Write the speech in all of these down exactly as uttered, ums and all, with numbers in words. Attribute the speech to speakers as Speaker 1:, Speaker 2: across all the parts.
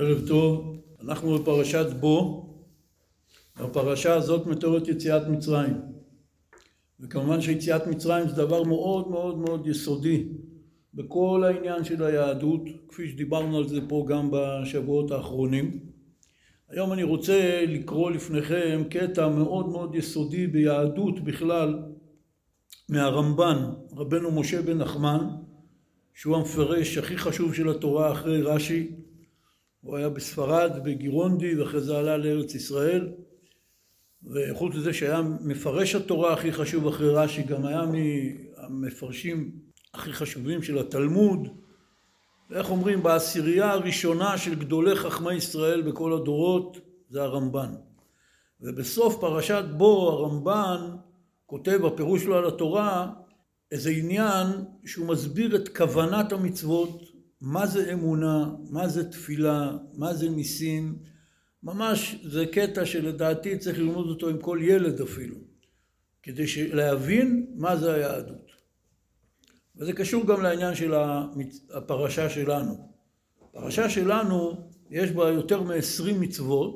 Speaker 1: ערב טוב, אנחנו בפרשת בו. הפרשה הזאת מתוארת יציאת מצרים. וכמובן שיציאת מצרים זה דבר מאוד מאוד מאוד יסודי בכל העניין של היהדות, כפי שדיברנו על זה פה גם בשבועות האחרונים. היום אני רוצה לקרוא לפניכם קטע מאוד מאוד יסודי ביהדות בכלל מהרמב"ן, רבנו משה בן נחמן, שהוא המפרש הכי חשוב של התורה אחרי רש"י. הוא היה בספרד, בגירונדי, ואחרי זה עלה לארץ ישראל. וחוץ לזה שהיה מפרש התורה הכי חשוב אחרי רש"י, גם היה מהמפרשים הכי חשובים של התלמוד. ואיך אומרים, בעשירייה הראשונה של גדולי חכמי ישראל בכל הדורות, זה הרמב"ן. ובסוף פרשת בו הרמב"ן כותב בפירוש שלו על התורה איזה עניין שהוא מסביר את כוונת המצוות, מה זה אמונה, מה זה תפילה, מה זה ניסים. ממש זה קטע שלדעתי צריך ללמוד אותו עם כל ילד אפילו, כדי להבין מה זה היהדות. וזה קשור גם לעניין של הפרשה שלנו. הפרשה שלנו יש בה יותר מ-עשרים מצוות,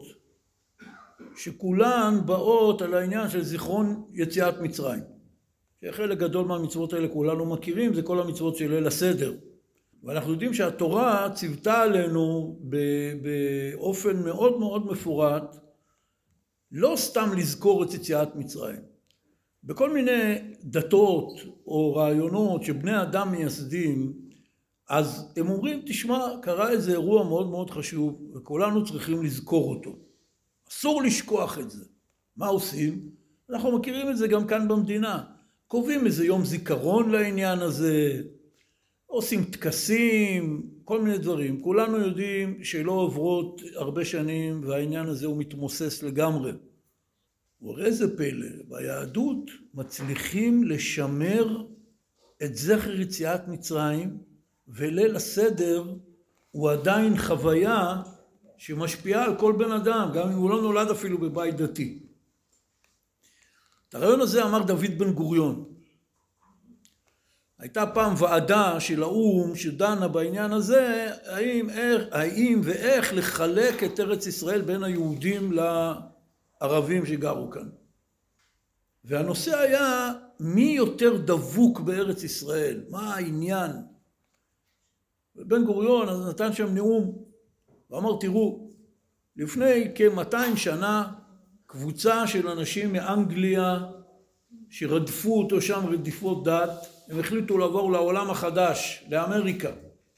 Speaker 1: שכולן באות על העניין של זיכרון יציאת מצרים. שחלק גדול מהמצוות האלה כולנו מכירים, זה כל המצוות של ליל הסדר. ואנחנו יודעים שהתורה ציוותה עלינו באופן מאוד מאוד מפורט, לא סתם לזכור את יציאת מצרים. בכל מיני דתות או רעיונות שבני אדם מייסדים, אז הם אומרים, תשמע, קרה איזה אירוע מאוד מאוד חשוב, וכולנו צריכים לזכור אותו. אסור לשכוח את זה. מה עושים? אנחנו מכירים את זה גם כאן במדינה. קובעים איזה יום זיכרון לעניין הזה, עושים טקסים, כל מיני דברים. כולנו יודעים שלא עוברות הרבה שנים והעניין הזה הוא מתמוסס לגמרי. וראה זה פלא, ביהדות מצליחים לשמר את זכר יציאת מצרים, וליל הסדר הוא עדיין חוויה שמשפיעה על כל בן אדם, גם אם הוא לא נולד אפילו בבית דתי. את הרעיון הזה אמר דוד בן גוריון. הייתה פעם ועדה של האו"ם שדנה בעניין הזה, האם, איך, האם ואיך לחלק את ארץ ישראל בין היהודים לערבים שגרו כאן. והנושא היה מי יותר דבוק בארץ ישראל, מה העניין. ובן גוריון אז נתן שם נאום, ואמר תראו, לפני כ-מאתיים שנה קבוצה של אנשים מאנגליה שרדפו אותו שם רדיפות דת, הם החליטו לעבור לעולם החדש, לאמריקה.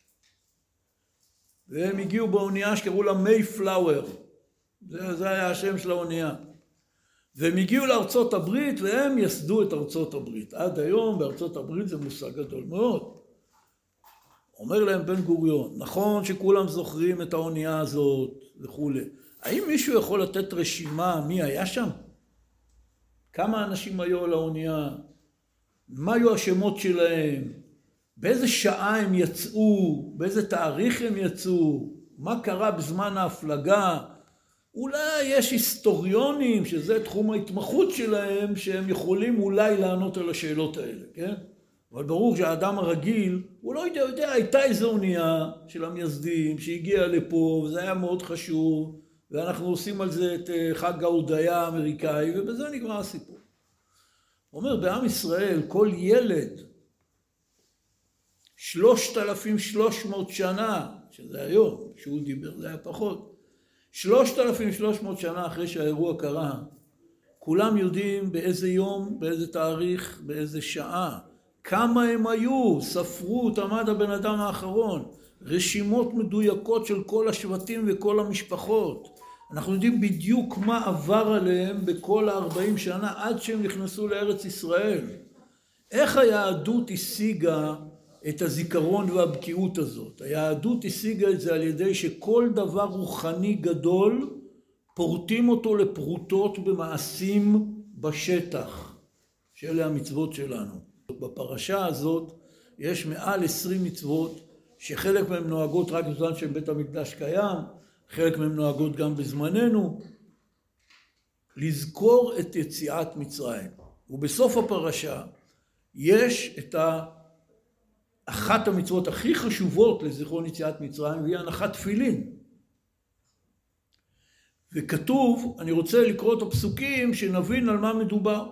Speaker 1: והם הגיעו באונייה שקראו לה מייפלאואר. זה, זה היה השם של האונייה. והם הגיעו לארצות הברית והם יסדו את ארצות הברית. עד היום בארצות הברית זה מושג גדול מאוד. אומר להם בן גוריון, נכון שכולם זוכרים את האונייה הזאת וכו'. האם מישהו יכול לתת רשימה מי היה שם? כמה אנשים היו על האונייה? מה היו השמות שלהם? באיזה שעה הם יצאו? באיזה תאריך הם יצאו? מה קרה בזמן ההפלגה? אולי יש היסטוריונים שזה תחום ההתמחות שלהם, שהם יכולים אולי לענות על השאלות האלה, כן? אבל ברור שהאדם הרגיל, הוא לא יודע, יודע, הייתה איזו אונייה של המייסדים שהגיעה לפה, וזה היה מאוד חשוב, ואנחנו עושים על זה את חג ההודיה האמריקאי, ובזה נגמר הסיפור. הוא אומר, בעם ישראל, כל ילד, שלושת אלפים שלוש מאות שנה, שזה היום, שהוא דיבר, זה היה פחות, שלושת אלפים שלוש מאות שנה אחרי שהאירוע קרה, כולם יודעים באיזה יום, באיזה תאריך, באיזה שעה, כמה הם היו, ספרו, תמד הבן אדם האחרון, רשימות מדויקות של כל השבטים וכל המשפחות. אנחנו יודעים בדיוק מה עבר עליהם בכל ה-ארבעים שנה עד שהם נכנסו לארץ ישראל. איך היהדות השיגה את הזיכרון והבקיאות הזאת? היהדות השיגה את זה על ידי שכל דבר רוחני גדול פורטים אותו לפרוטות במעשים בשטח, שאלה המצוות שלנו. בפרשה הזאת יש מעל עשרים מצוות שחלק מהם נוהגות רק בזמן שבית המקדש קיים, חלק מהם נוהגות גם בזמננו, לזכור את יציאת מצרים. ובסוף הפרשה יש את אחת המצוות הכי חשובות לזיכרון יציאת מצרים, והיא הנחת תפילין. וכתוב, אני רוצה לקרוא את הפסוקים שנבין על מה מדובר.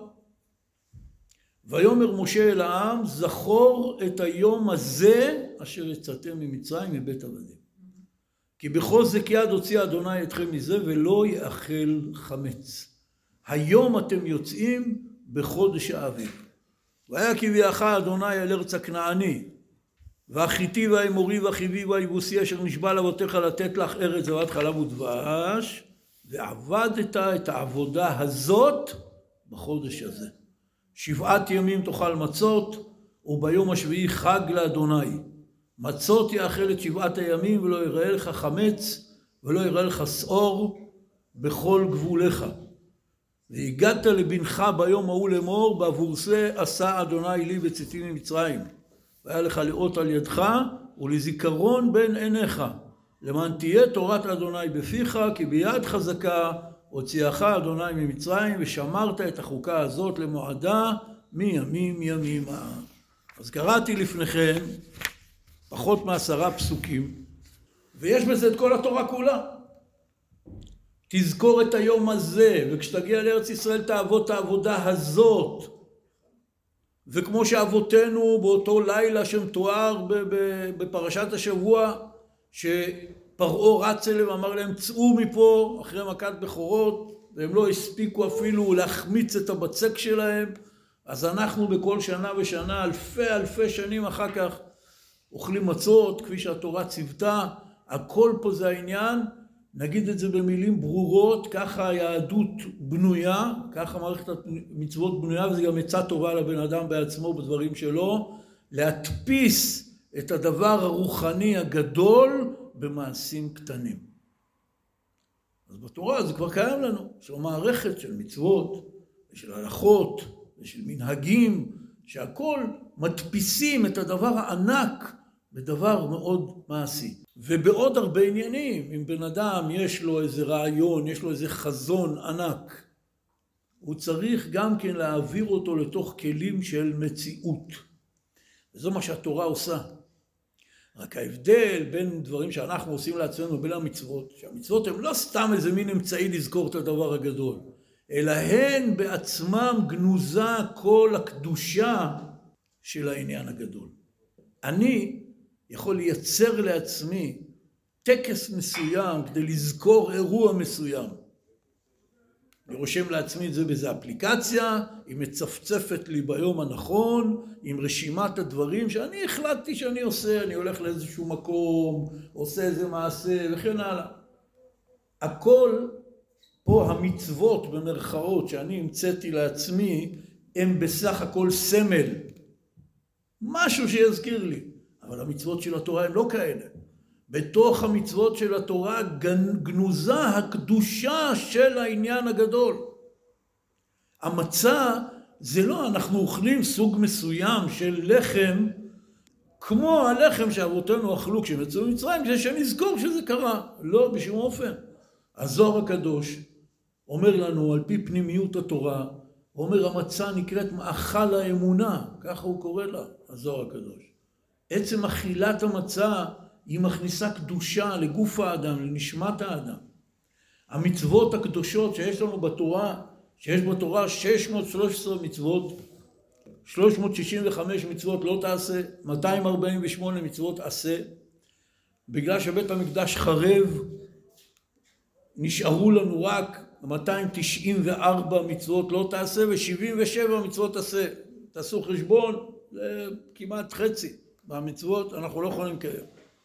Speaker 1: ויאמר משה אל העם, זכור את היום הזה אשר יצאתם ממצרים מבית עבדים. כי בחוזק יד הוציא אדוני אתכם מזה ולא יאכל חמץ. היום אתם יוצאים בחודש האביב. והיה כי ביאך אדוני אל ארץ הכנעני, והחיתי והאמורי והחיבי והיבוסי אשר נשבע לאבותיך לתת לך ארץ זבת חלב ודבש, ועבדת את העבודה הזאת בחודש הזה. שבעת ימים תאכל מצות, וביום השביעי חג לאדוני. מצות יאכל את שבעת הימים, ולא יראה לך חמץ, ולא יראה לך שעור בכל גבולך. והגעת לבנך ביום ההוא לאמור, בעבור זה עשה אדוני לי בצאתי ממצרים. והיה לך לאות על ידך, ולזיכרון בין עיניך. למען תהיה תורת אדוני בפיך, כי ביד חזקה הוציאך אדוני ממצרים, ושמרת את החוקה הזאת למועדה מימים ימימה. אז קראתי לפניכם פחות מעשרה פסוקים, ויש בזה את כל התורה כולה. תזכור את היום הזה, וכשתגיע לארץ ישראל תעבוד את העבודה הזאת. וכמו שאבותינו באותו לילה שמתואר בפרשת השבוע, שפרעה רץ אליהם, אמר להם צאו מפה אחרי מכת בכורות, והם לא הספיקו אפילו להחמיץ את הבצק שלהם. אז אנחנו בכל שנה ושנה, אלפי אלפי שנים אחר כך, אוכלים מצות כפי שהתורה ציוותה. הכל פה זה העניין, נגיד את זה במילים ברורות, ככה היהדות בנויה, ככה מערכת המצוות בנויה, וזה גם עצה טובה לבן אדם בעצמו בדברים שלו, להדפיס את הדבר הרוחני הגדול במעשים קטנים. אז בתורה זה כבר קיים לנו, יש לו מערכת של מצוות, ושל הלכות, ושל מנהגים, שהכל מדפיסים את הדבר הענק בדבר מאוד מעשי. ובעוד הרבה עניינים, אם בן אדם יש לו איזה רעיון, יש לו איזה חזון ענק, הוא צריך גם כן להעביר אותו לתוך כלים של מציאות. וזו מה שהתורה עושה. רק ההבדל בין דברים שאנחנו עושים לעצמנו בין המצוות, שהמצוות הן לא סתם איזה מין אמצעי לזכור את הדבר הגדול, אלא הן בעצמם גנוזה כל הקדושה של העניין הגדול. אני יכול לייצר לעצמי טקס מסוים כדי לזכור אירוע מסוים. אני רושם לעצמי את זה באיזו אפליקציה, היא מצפצפת לי ביום הנכון, עם רשימת הדברים שאני החלטתי שאני עושה, אני הולך לאיזשהו מקום, עושה איזה מעשה וכן הלאה. הכל פה המצוות במרכאות שאני המצאתי לעצמי, הם בסך הכל סמל. משהו שיזכיר לי. אבל המצוות של התורה הן לא כאלה. בתוך המצוות של התורה גנוזה הקדושה של העניין הגדול. המצה זה לא אנחנו אוכלים סוג מסוים של לחם, כמו הלחם שאבותינו אכלו כשהם יצאו ממצרים, כדי שנזכור שזה קרה. לא, בשום אופן. הזוהר הקדוש אומר לנו על פי פנימיות התורה, הוא אומר המצה נקראת מאכל האמונה, ככה הוא קורא לה, הזוהר הקדוש. עצם אכילת המצה היא מכניסה קדושה לגוף האדם, לנשמת האדם. המצוות הקדושות שיש לנו בתורה, שיש בתורה שש מאות ושלוש עשרה מצוות, שלוש מאות שישים וחמש מצוות לא תעשה, מאתיים ארבעים ושמונה מצוות עשה, בגלל שבית המקדש חרב, נשארו לנו רק מאתיים תשעים וארבע מצוות לא תעשה ו-שבעים ושבע מצוות עשה. תעשו חשבון, זה כמעט חצי. במצוות אנחנו לא יכולים לקיים.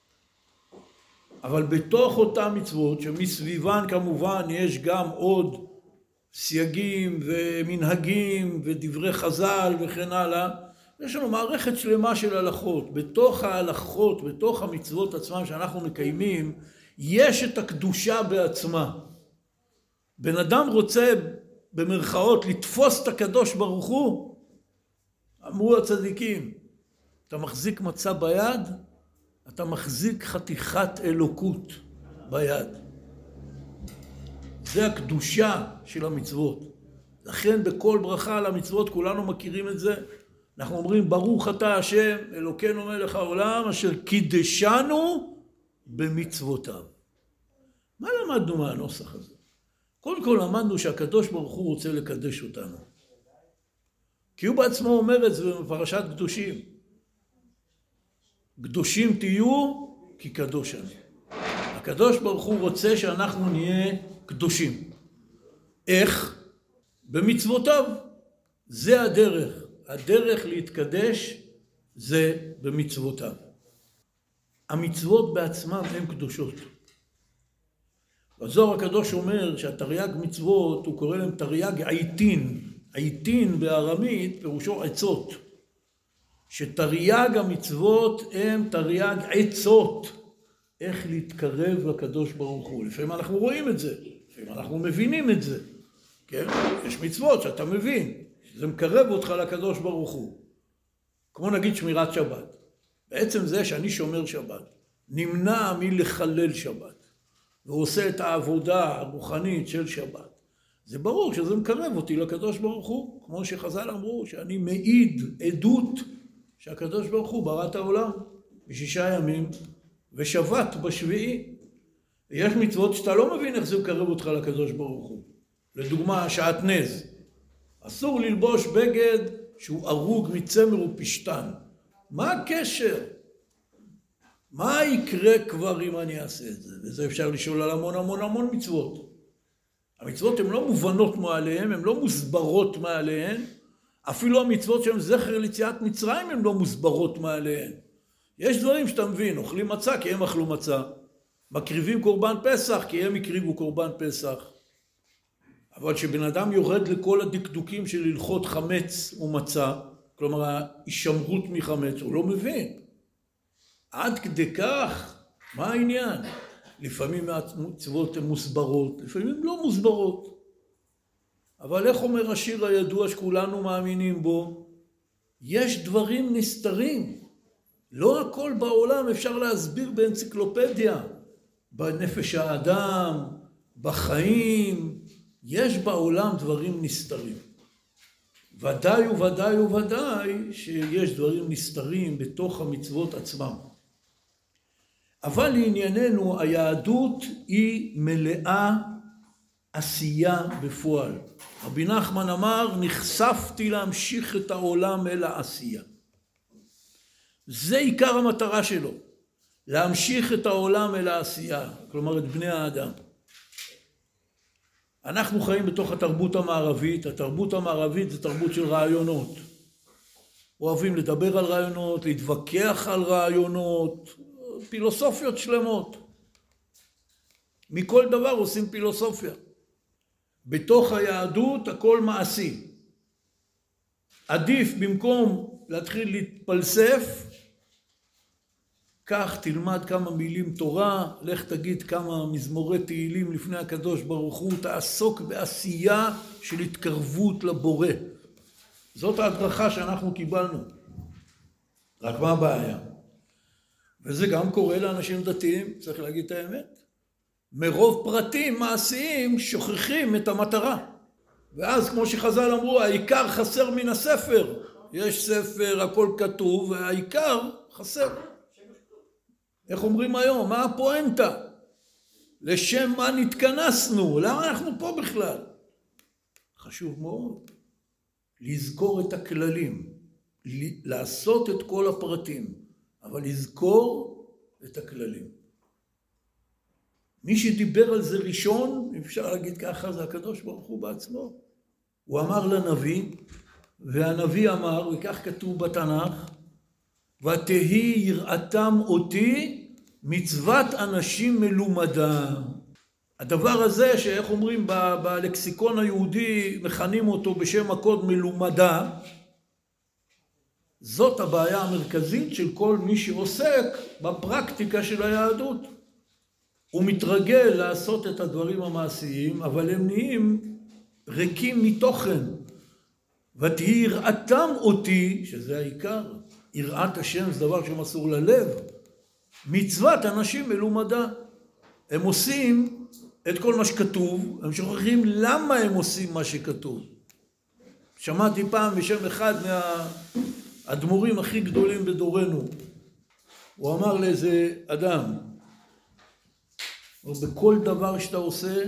Speaker 1: אבל בתוך אותם מצוות, שמסביבן כמובן יש גם עוד סייגים ומנהגים ודברי חז"ל וכן הלאה, יש לנו מערכת שלמה של הלכות. בתוך ההלכות, בתוך המצוות עצמם שאנחנו מקיימים, יש את הקדושה בעצמה. בן אדם רוצה במרכאות לתפוס את הקדוש ברוך הוא, אמרו הצדיקים, אתה מחזיק מצה ביד, אתה מחזיק חתיכת אלוקות ביד. זה הקדושה של המצוות. לכן בכל ברכה על המצוות כולנו מכירים את זה. אנחנו אומרים ברוך אתה השם אלוקינו מלך העולם אשר קידשנו במצוותיו. מה למדנו מהנוסח הזה? קודם כל למדנו שהקדוש ברוך הוא רוצה לקדש אותנו. כי הוא בעצמו אומר את זה בפרשת קדושים. קדושים תהיו כי קדוש אני. הקדוש ברוך הוא רוצה שאנחנו נהיה קדושים. איך? במצוותיו. זה הדרך. הדרך להתקדש זה במצוותיו. המצוות בעצמם הן קדושות. בזוהר הקדוש אומר שהתרי"ג מצוות, הוא קורא להם תרי"ג עיתין. עיתין בארמית פירושו עצות. שתרי"ג המצוות הם תרי"ג עצות. איך להתקרב לקדוש ברוך הוא. לפעמים אנחנו רואים את זה. לפעמים אנחנו מבינים את זה. כן? יש מצוות שאתה מבין. שזה מקרב אותך לקדוש ברוך הוא. כמו נגיד שמירת שבת. בעצם זה שאני שומר שבת. נמנע מלחלל שבת. והוא עושה את העבודה הרוחנית של שבת. זה ברור שזה מקרב אותי לקדוש ברוך הוא. כמו שחז"ל אמרו שאני מעיד עדות שהקדוש ברוך הוא ברא את העולם בשישה ימים ושבת בשביעי. יש מצוות שאתה לא מבין איך זה מקרב אותך לקדוש ברוך הוא. לדוגמה, שעטנז. אסור ללבוש בגד שהוא ארוג מצמר ופשטן. מה הקשר? מה יקרה כבר אם אני אעשה את זה? וזה אפשר לשאול על המון המון המון מצוות. המצוות הן לא מובנות מעליהן, הן לא מוסברות מעליהן. אפילו המצוות שהן זכר ליציאת מצרים הן לא מוסברות מעליהן. יש דברים שאתה מבין, אוכלים מצה כי הם אכלו מצה. מקריבים קורבן פסח כי הם הקריבו קורבן פסח. אבל שבן אדם יורד לכל הדקדוקים של הלכות חמץ ומצה, כלומר ההישמרות מחמץ, הוא לא מבין. עד כדי כך, מה העניין? לפעמים המצוות הן מוסברות, לפעמים לא מוסברות. אבל איך אומר השיר הידוע שכולנו מאמינים בו? יש דברים נסתרים. לא הכל בעולם אפשר להסביר באנציקלופדיה. בנפש האדם, בחיים, יש בעולם דברים נסתרים. ודאי וודאי וודאי שיש דברים נסתרים בתוך המצוות עצמם. אבל לענייננו היהדות היא מלאה עשייה בפועל. רבי נחמן אמר, נחשפתי להמשיך את העולם אל העשייה. זה עיקר המטרה שלו, להמשיך את העולם אל העשייה, כלומר את בני האדם. אנחנו חיים בתוך התרבות המערבית, התרבות המערבית זה תרבות של רעיונות. אוהבים לדבר על רעיונות, להתווכח על רעיונות, פילוסופיות שלמות. מכל דבר עושים פילוסופיה. בתוך היהדות הכל מעשי. עדיף במקום להתחיל להתפלסף, כך תלמד כמה מילים תורה, לך תגיד כמה מזמורי תהילים לפני הקדוש ברוך הוא, תעסוק בעשייה של התקרבות לבורא. זאת ההדרכה שאנחנו קיבלנו. רק מה הבעיה? וזה גם קורה לאנשים דתיים, צריך להגיד את האמת. מרוב פרטים מעשיים שוכחים את המטרה. ואז כמו שחז"ל אמרו, העיקר חסר מן הספר. יש ספר, הכל כתוב, והעיקר חסר. איך אומרים היום? מה הפואנטה? לשם מה נתכנסנו? למה אנחנו פה בכלל? חשוב מאוד לזכור את הכללים, לעשות את כל הפרטים, אבל לזכור את הכללים. מי שדיבר על זה ראשון, אפשר להגיד ככה, זה הקדוש ברוך הוא בעצמו. הוא אמר לנביא, והנביא אמר, וכך כתוב בתנ"ך, ותהי יראתם אותי מצוות אנשים מלומדה. הדבר הזה שאיך אומרים ב- בלקסיקון היהודי מכנים אותו בשם הקוד מלומדה, זאת הבעיה המרכזית של כל מי שעוסק בפרקטיקה של היהדות. הוא מתרגל לעשות את הדברים המעשיים, אבל הם נהיים ריקים מתוכן. ותהי יראתם אותי, שזה העיקר, יראת השם זה דבר שמסור ללב, מצוות אנשים מלומדה. הם עושים את כל מה שכתוב, הם שוכחים למה הם עושים מה שכתוב. שמעתי פעם בשם אחד מהאדמו"רים הכי גדולים בדורנו, הוא אמר לאיזה אדם, בכל דבר שאתה עושה,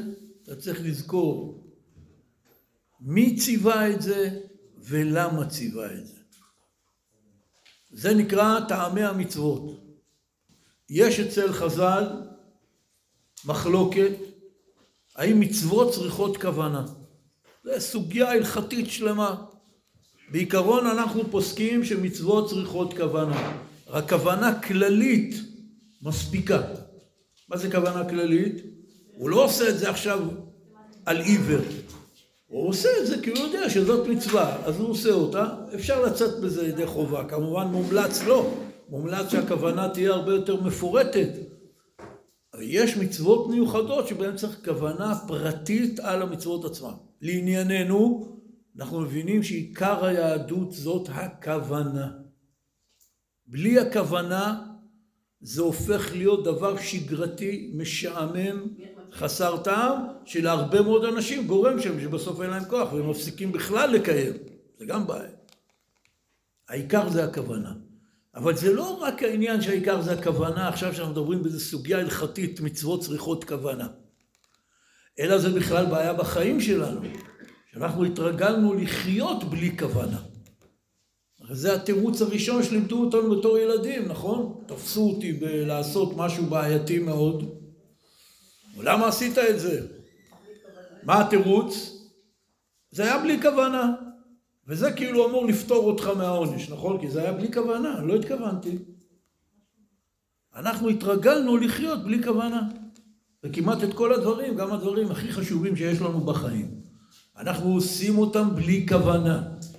Speaker 1: אתה צריך לזכור מי ציווה את זה ולמה ציווה את זה. זה נקרא טעמי המצוות. יש אצל חז"ל מחלוקת האם מצוות צריכות כוונה. זו סוגיה הלכתית שלמה. בעיקרון אנחנו פוסקים שמצוות צריכות כוונה. רק כוונה כללית מספיקה. מה זה כוונה כללית? הוא לא עושה את זה עכשיו על עיוור. הוא עושה את זה כי הוא יודע שזאת מצווה, אז הוא עושה אותה. אפשר לצאת בזה ידי חובה. כמובן מומלץ לא. מומלץ שהכוונה תהיה הרבה יותר מפורטת. אבל יש מצוות מיוחדות שבהן צריך כוונה פרטית על המצוות עצמן. לענייננו, אנחנו מבינים שעיקר היהדות זאת הכוונה. בלי הכוונה זה הופך להיות דבר שגרתי, משעמם, חסר טעם, שלהרבה מאוד אנשים גורם שם שבסוף אין להם כוח והם מפסיקים בכלל לקיים. זה גם בעיה. העיקר זה הכוונה. אבל זה לא רק העניין שהעיקר זה הכוונה, עכשיו שאנחנו מדברים באיזו סוגיה הלכתית, מצוות צריכות כוונה. אלא זה בכלל בעיה בחיים שלנו, שאנחנו התרגלנו לחיות בלי כוונה. זה התירוץ הראשון שלימדו אותנו בתור ילדים, נכון? תפסו אותי בלעשות משהו בעייתי מאוד. ולמה עשית את זה? מה התירוץ? זה היה בלי כוונה. וזה כאילו אמור לפתור אותך מהעונש, נכון? כי זה היה בלי כוונה, לא התכוונתי. אנחנו התרגלנו לחיות בלי כוונה. וכמעט את כל הדברים, גם הדברים הכי חשובים שיש לנו בחיים. אנחנו עושים אותם בלי כוונה.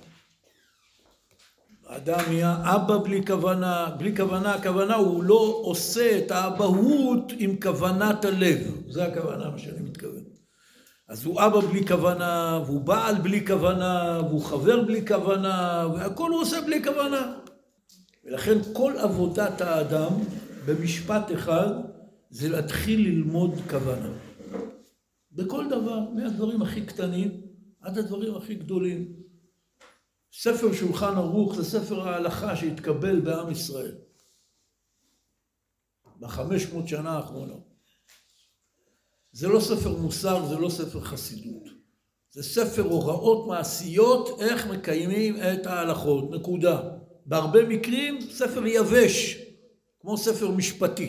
Speaker 1: האדם יהיה אבא בלי כוונה, בלי כוונה, הכוונה הוא לא עושה את האבהות עם כוונת הלב. זה הכוונה, מה שאני מתכוון. אז הוא אבא בלי כוונה, והוא בעל בלי כוונה, והוא חבר בלי כוונה, והכל הוא עושה בלי כוונה. ולכן כל עבודת האדם במשפט אחד זה להתחיל ללמוד כוונה. בכל דבר, מהדברים הכי קטנים עד הדברים הכי גדולים. ספר שולחן ערוך זה ספר ההלכה שהתקבל בעם ישראל. בחמש מאות שנה האחרונות. זה לא ספר מוסר, זה לא ספר חסידות. זה ספר הוראות מעשיות, איך מקיימים את ההלכות, נקודה. בהרבה מקרים ספר יבש, כמו ספר משפטי.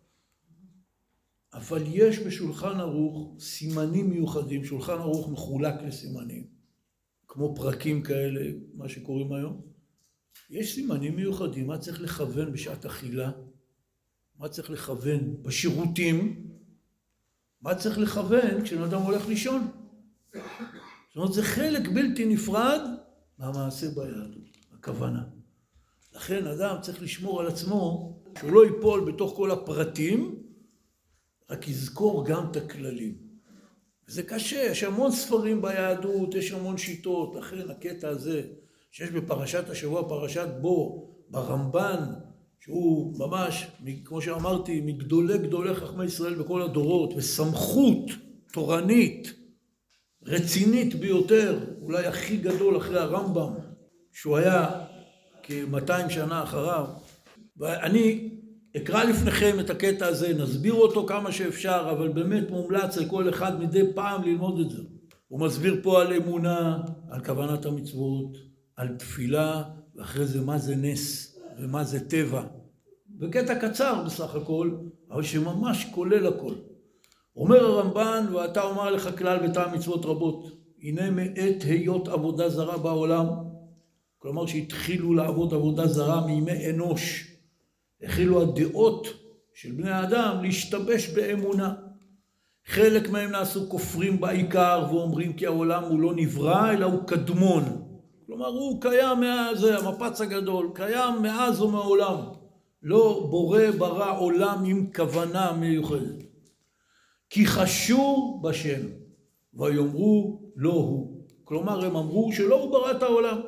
Speaker 1: אבל יש בשולחן ערוך סימנים מיוחדים, שולחן ערוך מחולק לסימנים, כמו פרקים כאלה, מה שקוראים היום. יש סימנים מיוחדים, מה צריך לכוון בשעת אכילה, מה צריך לכוון בשירותים, מה צריך לכוון כשאדם הולך לישון. זאת אומרת, זה חלק בלתי נפרד מהמעשה ביהדות, הכוונה. לכן אדם צריך לשמור על עצמו, שהוא לא ייפול בתוך כל הפרטים, רק יזכור גם את הכללים. וזה קשה, יש המון ספרים ביהדות, יש המון שיטות, לכן הקטע הזה, שיש בפרשת השבוע, פרשת בו, ברמב"ן, שהוא ממש, כמו שאמרתי, מגדולי גדולי חכמי ישראל בכל הדורות, וסמכות תורנית, רצינית ביותר, אולי הכי גדול אחרי הרמב"ם, שהוא היה כ-מאתיים שנה אחריו. ואני אקרא לפניכם את הקטע הזה, נסביר אותו כמה שאפשר, אבל באמת מומלץ לכל אחד מדי פעם ללמוד את זה. הוא מסביר פה על אמונה, על כוונת המצוות, על תפילה, ואחרי זה מה זה נס ומה זה טבע. בקטע קצר בסך הכל, אבל שממש כולל הכל. אומר הרמב"ן, ואתה אומר לך כלל בטעם מצוות רבות, הנה מעת היות עבודה זרה בעולם, כלומר שהתחילו לעבוד עבודה זרה מימי אנוש, החלו הדעות של בני האדם להשתבש באמונה. חלק מהם נעשו כופרים בעיקר ואומרים כי העולם הוא לא נברא אלא הוא קדמון. כלומר הוא קיים מאז, המפץ הגדול, קיים מאז ומעולם. לא בורא ברא עולם עם כוונה מיוחדת. כי חשו בשם ויאמרו לא הוא. כלומר הם אמרו שלא הוא ברא את העולם.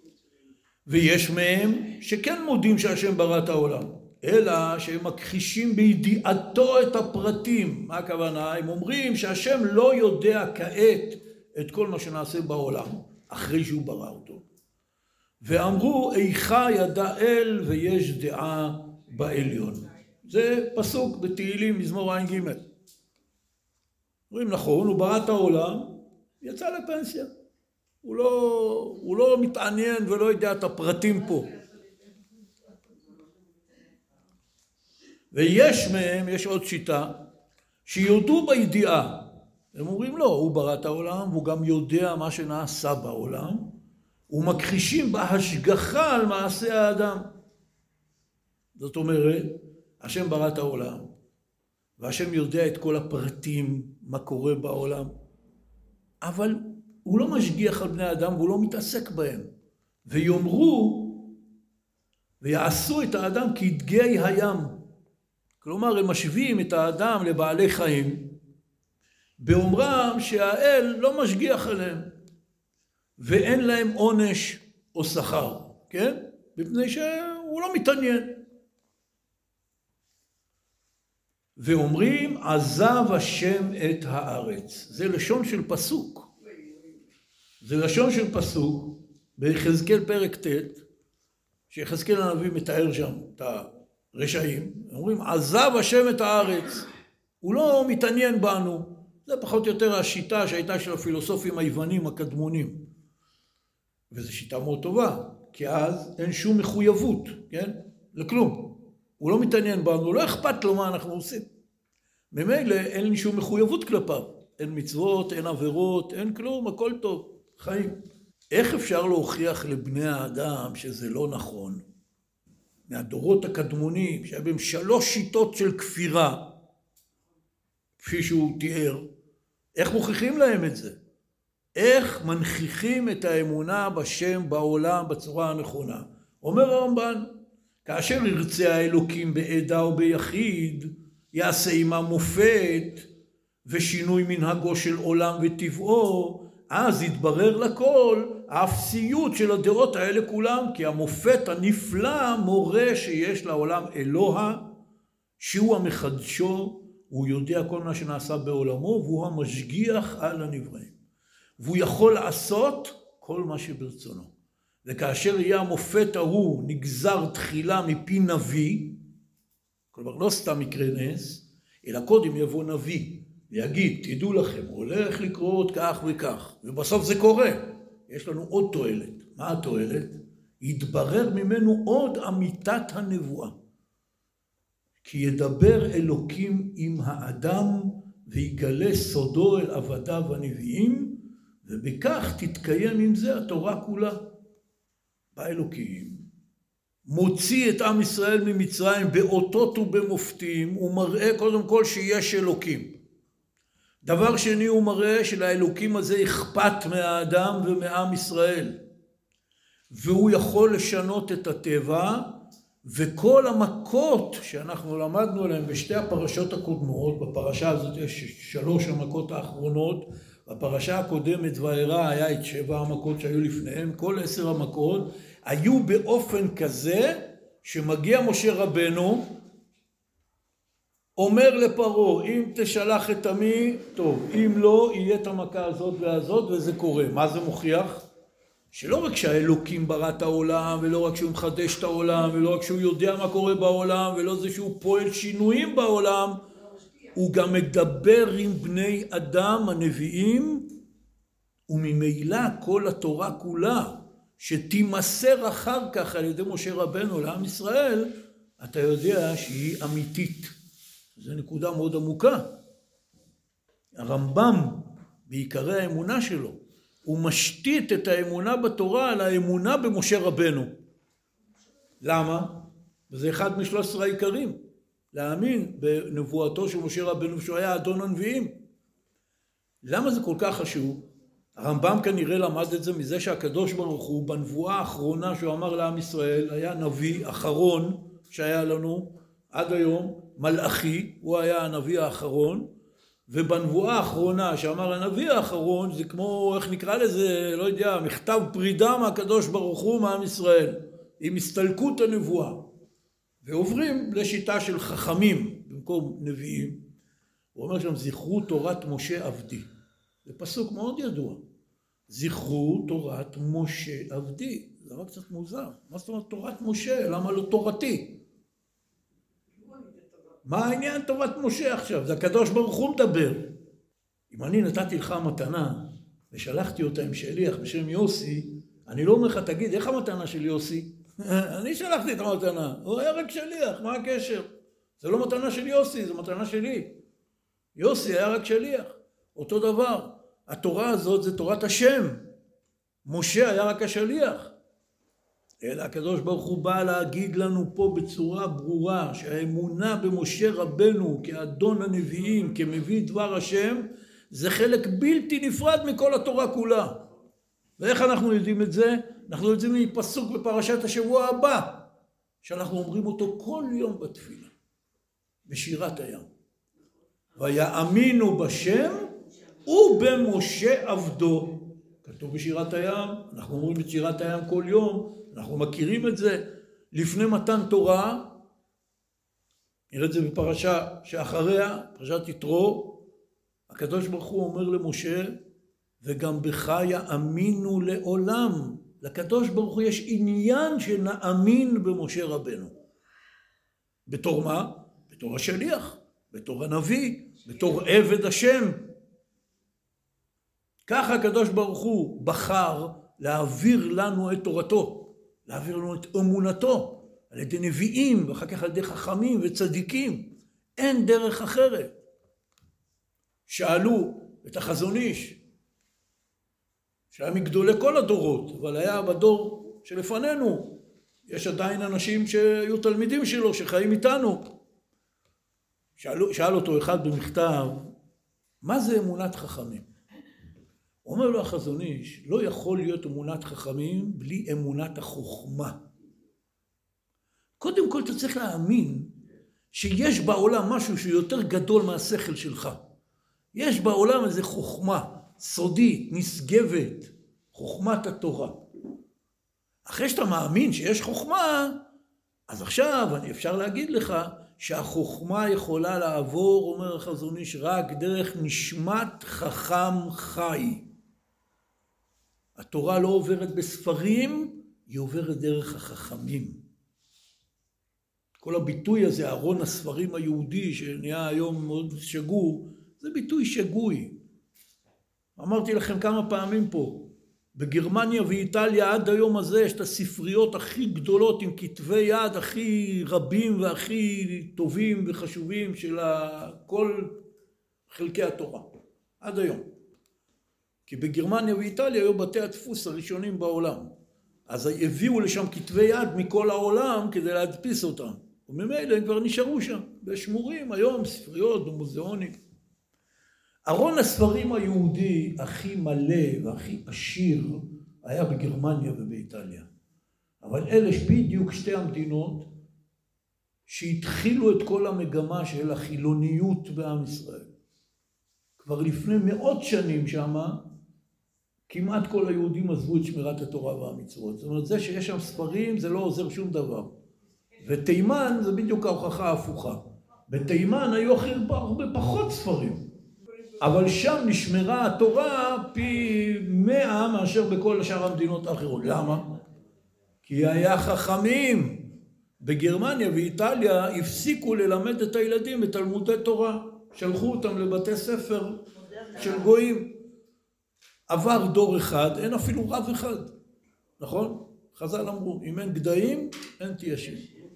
Speaker 1: ויש מהם שכן מודים שהשם ברא את העולם. אלא שהם מכחישים בידיעתו את הפרטים. מה הכוונה? הם אומרים שהשם לא יודע כעת את כל מה שנעשה בעולם, אחרי שהוא ברא אותו. ואמרו, איכה ידע אל ויש דעה בעליון. זה פסוק בתהילים מזמור עין ג'. אומרים נכון, הוא ברא את העולם, יצא לפנסיה. הוא לא, הוא לא מתעניין ולא יודע את הפרטים פה. ויש מהם, יש עוד שיטה, שיודו בידיעה. הם אומרים לא, הוא ברא את העולם, והוא גם יודע מה שנעשה בעולם, ומכחישים בהשגחה על מעשה האדם. זאת אומרת, השם ברא את העולם, והשם יודע את כל הפרטים, מה קורה בעולם, אבל הוא לא משגיח על בני האדם, והוא לא מתעסק בהם. ויאמרו, ויעשו את האדם כדגי הים. כלומר, הם משווים את האדם לבעלי חיים, באומרם שהאל לא משגיח עליהם, ואין להם עונש או שכר, כן? מפני שהוא לא מתעניין. ואומרים, עזב השם את הארץ. זה לשון של פסוק. זה לשון של פסוק, ביחזקאל פרק ט', שיחזקאל הנביא מתאר שם את הרשעים. אומרים, עזב השם את הארץ. הוא לא מתעניין בנו. זה פחות או יותר השיטה שהייתה של הפילוסופים היוונים הקדמונים. וזו שיטה מאוד טובה, כי אז אין שום מחויבות, כן? לכלום. הוא לא מתעניין בנו, לא אכפת לו מה אנחנו עושים. ממילא אין לי שום מחויבות כלפיו. אין מצוות, אין עבירות, אין כלום, הכל טוב, חיים. איך אפשר להוכיח לבני האדם שזה לא נכון? מהדורות הקדמונים, שהיה בהם שלוש שיטות של כפירה, כפי שהוא תיאר, איך מוכיחים להם את זה? איך מנכיחים את האמונה בשם בעולם בצורה הנכונה? אומר הרמב"ן, כאשר ירצה האלוקים בעדה או ביחיד, יעשה עמה מופת ושינוי מנהגו של עולם וטבעו, אז יתברר לכל האפסיות של הדעות האלה כולם, כי המופת הנפלא מורה שיש לעולם אלוה, שהוא המחדשו, הוא יודע כל מה שנעשה בעולמו, והוא המשגיח על הנבראים. והוא יכול לעשות כל מה שברצונו. וכאשר יהיה המופת ההוא נגזר תחילה מפי נביא, כלומר לא סתם מקרה נס, אלא קודם יבוא נביא, ויגיד, תדעו לכם, הולך לקרות כך וכך, ובסוף זה קורה. יש לנו עוד תועלת. מה התועלת? יתברר ממנו עוד אמיתת הנבואה. כי ידבר אלוקים עם האדם, ויגלה סודו אל עבדיו הנביאים, ובכך תתקיים עם זה התורה כולה. בא אלוקים, מוציא את עם ישראל ממצרים באותות ובמופתים, הוא מראה קודם כל שיש אלוקים. דבר שני, הוא מראה שלאלוקים הזה אכפת מהאדם ומעם ישראל. והוא יכול לשנות את הטבע, וכל המכות שאנחנו למדנו עליהן בשתי הפרשות הקודמות, בפרשה הזאת יש שלוש המכות האחרונות, בפרשה הקודמת וארא היה את שבע המכות שהיו לפניהם, כל עשר המכות היו באופן כזה שמגיע משה רבנו, אומר לפרעה, אם תשלח את עמי, טוב, אם לא, יהיה את המכה הזאת והזאת, וזה קורה. מה זה מוכיח? שלא רק שהאלוקים ברא את העולם, ולא רק שהוא מחדש את העולם, ולא רק שהוא יודע מה קורה בעולם, ולא זה שהוא פועל שינויים בעולם, הוא גם מדבר עם בני אדם הנביאים, וממילא כל התורה כולה, שתימסר אחר כך על ידי משה רבנו לעם ישראל, אתה יודע שהיא אמיתית. זו נקודה מאוד עמוקה. הרמב"ם, בעיקרי האמונה שלו, הוא משתית את האמונה בתורה על האמונה במשה רבנו. למה? וזה אחד משלוש עשרה העיקרים. להאמין בנבואתו של משה רבנו שהוא היה אדון הנביאים. למה זה כל כך חשוב? הרמב"ם כנראה למד את זה מזה שהקדוש ברוך הוא בנבואה האחרונה שהוא אמר לעם ישראל, היה נביא אחרון שהיה לנו עד היום, מלאכי, הוא היה הנביא האחרון, ובנבואה האחרונה שאמר הנביא האחרון, זה כמו, איך נקרא לזה, לא יודע, מכתב פרידה מהקדוש ברוך הוא מעם ישראל, עם הסתלקות הנבואה. ועוברים לשיטה של חכמים במקום נביאים. הוא אומר שם, זכרו תורת משה עבדי. זה פסוק מאוד ידוע. זכרו תורת משה עבדי. זה רק קצת מוזר. מה זאת אומרת תורת משה? למה לא תורתי? מה העניין תורת משה עכשיו? זה הקדוש ברוך הוא מדבר. אם אני נתתי לך מתנה ושלחתי אותה עם שליח בשם יוסי, אני לא אומר לך, תגיד, איך המתנה של יוסי? אני שלחתי את המתנה, הוא היה רק שליח, מה הקשר? זה לא מתנה של יוסי, זה מתנה שלי. יוסי היה רק שליח, אותו דבר. התורה הזאת זה תורת השם. משה היה רק השליח. אלא הקדוש ברוך הוא בא להגיד לנו פה בצורה ברורה שהאמונה במשה רבנו כאדון הנביאים, כמביא דבר השם, זה חלק בלתי נפרד מכל התורה כולה. ואיך אנחנו יודעים את זה? אנחנו יודעים מפסוק בפרשת השבוע הבא, שאנחנו אומרים אותו כל יום בתפילה, בשירת הים. ויאמינו בשם ובמשה עבדו. כתוב בשירת הים, אנחנו אומרים את שירת הים כל יום, אנחנו מכירים את זה. לפני מתן תורה, נראה את זה בפרשה שאחריה, פרשת יתרו, הקדוש ברוך הוא אומר למשה, וגם בך יאמינו לעולם. לקדוש ברוך הוא יש עניין שנאמין במשה רבנו. בתור מה? בתור השליח, בתור הנביא, בתור עבד השם. ככה הקדוש ברוך הוא בחר להעביר לנו את תורתו, להעביר לנו את אמונתו, על ידי נביאים ואחר כך על ידי חכמים וצדיקים. אין דרך אחרת. שאלו את החזון איש, שהיה מגדולי כל הדורות, אבל היה בדור שלפנינו, יש עדיין אנשים שהיו תלמידים שלו, שחיים איתנו. שאלו, שאל אותו אחד במכתב, מה זה אמונת חכמים? הוא אומר לו החזון איש, לא יכול להיות אמונת חכמים בלי אמונת החוכמה. קודם כל אתה צריך להאמין שיש בעולם משהו שיותר גדול מהשכל שלך. יש בעולם איזו חוכמה סודית, נשגבת, חוכמת התורה. אחרי שאתה מאמין שיש חוכמה, אז עכשיו אני אפשר להגיד לך שהחוכמה יכולה לעבור, אומר החזון איש, רק דרך נשמת חכם חי. התורה לא עוברת בספרים, היא עוברת דרך החכמים. כל הביטוי הזה, ארון הספרים היהודי, שנהיה היום מאוד שגור, זה ביטוי שגוי. אמרתי לכם כמה פעמים פה, בגרמניה ואיטליה עד היום הזה יש את הספריות הכי גדולות עם כתבי יד הכי רבים והכי טובים וחשובים של כל חלקי התורה. עד היום. כי בגרמניה ואיטליה היו בתי הדפוס הראשונים בעולם. אז הביאו לשם כתבי יד מכל העולם כדי להדפיס אותם. וממילא הם כבר נשארו שם, בשמורים היום, ספריות ומוזיאונים. ארון הספרים היהודי הכי מלא והכי עשיר היה בגרמניה ובאיטליה. אבל אלה בדיוק שתי המדינות שהתחילו את כל המגמה של החילוניות בעם ישראל. כבר לפני מאות שנים שמה, כמעט כל היהודים עזבו את שמירת התורה והמצוות. זאת אומרת, זה שיש שם ספרים זה לא עוזר שום דבר. ותימן זה בדיוק ההוכחה ההפוכה. בתימן היו הרבה פחות ספרים. אבל שם נשמרה התורה פי מאה מאשר בכל שאר המדינות האחרות. למה? כי היה חכמים. בגרמניה ואיטליה הפסיקו ללמד את הילדים בתלמודי תורה. שלחו אותם לבתי ספר של גויים. עבר דור אחד, אין אפילו רב אחד. נכון? חז"ל אמרו, אם אין גדיים, אין תיישים.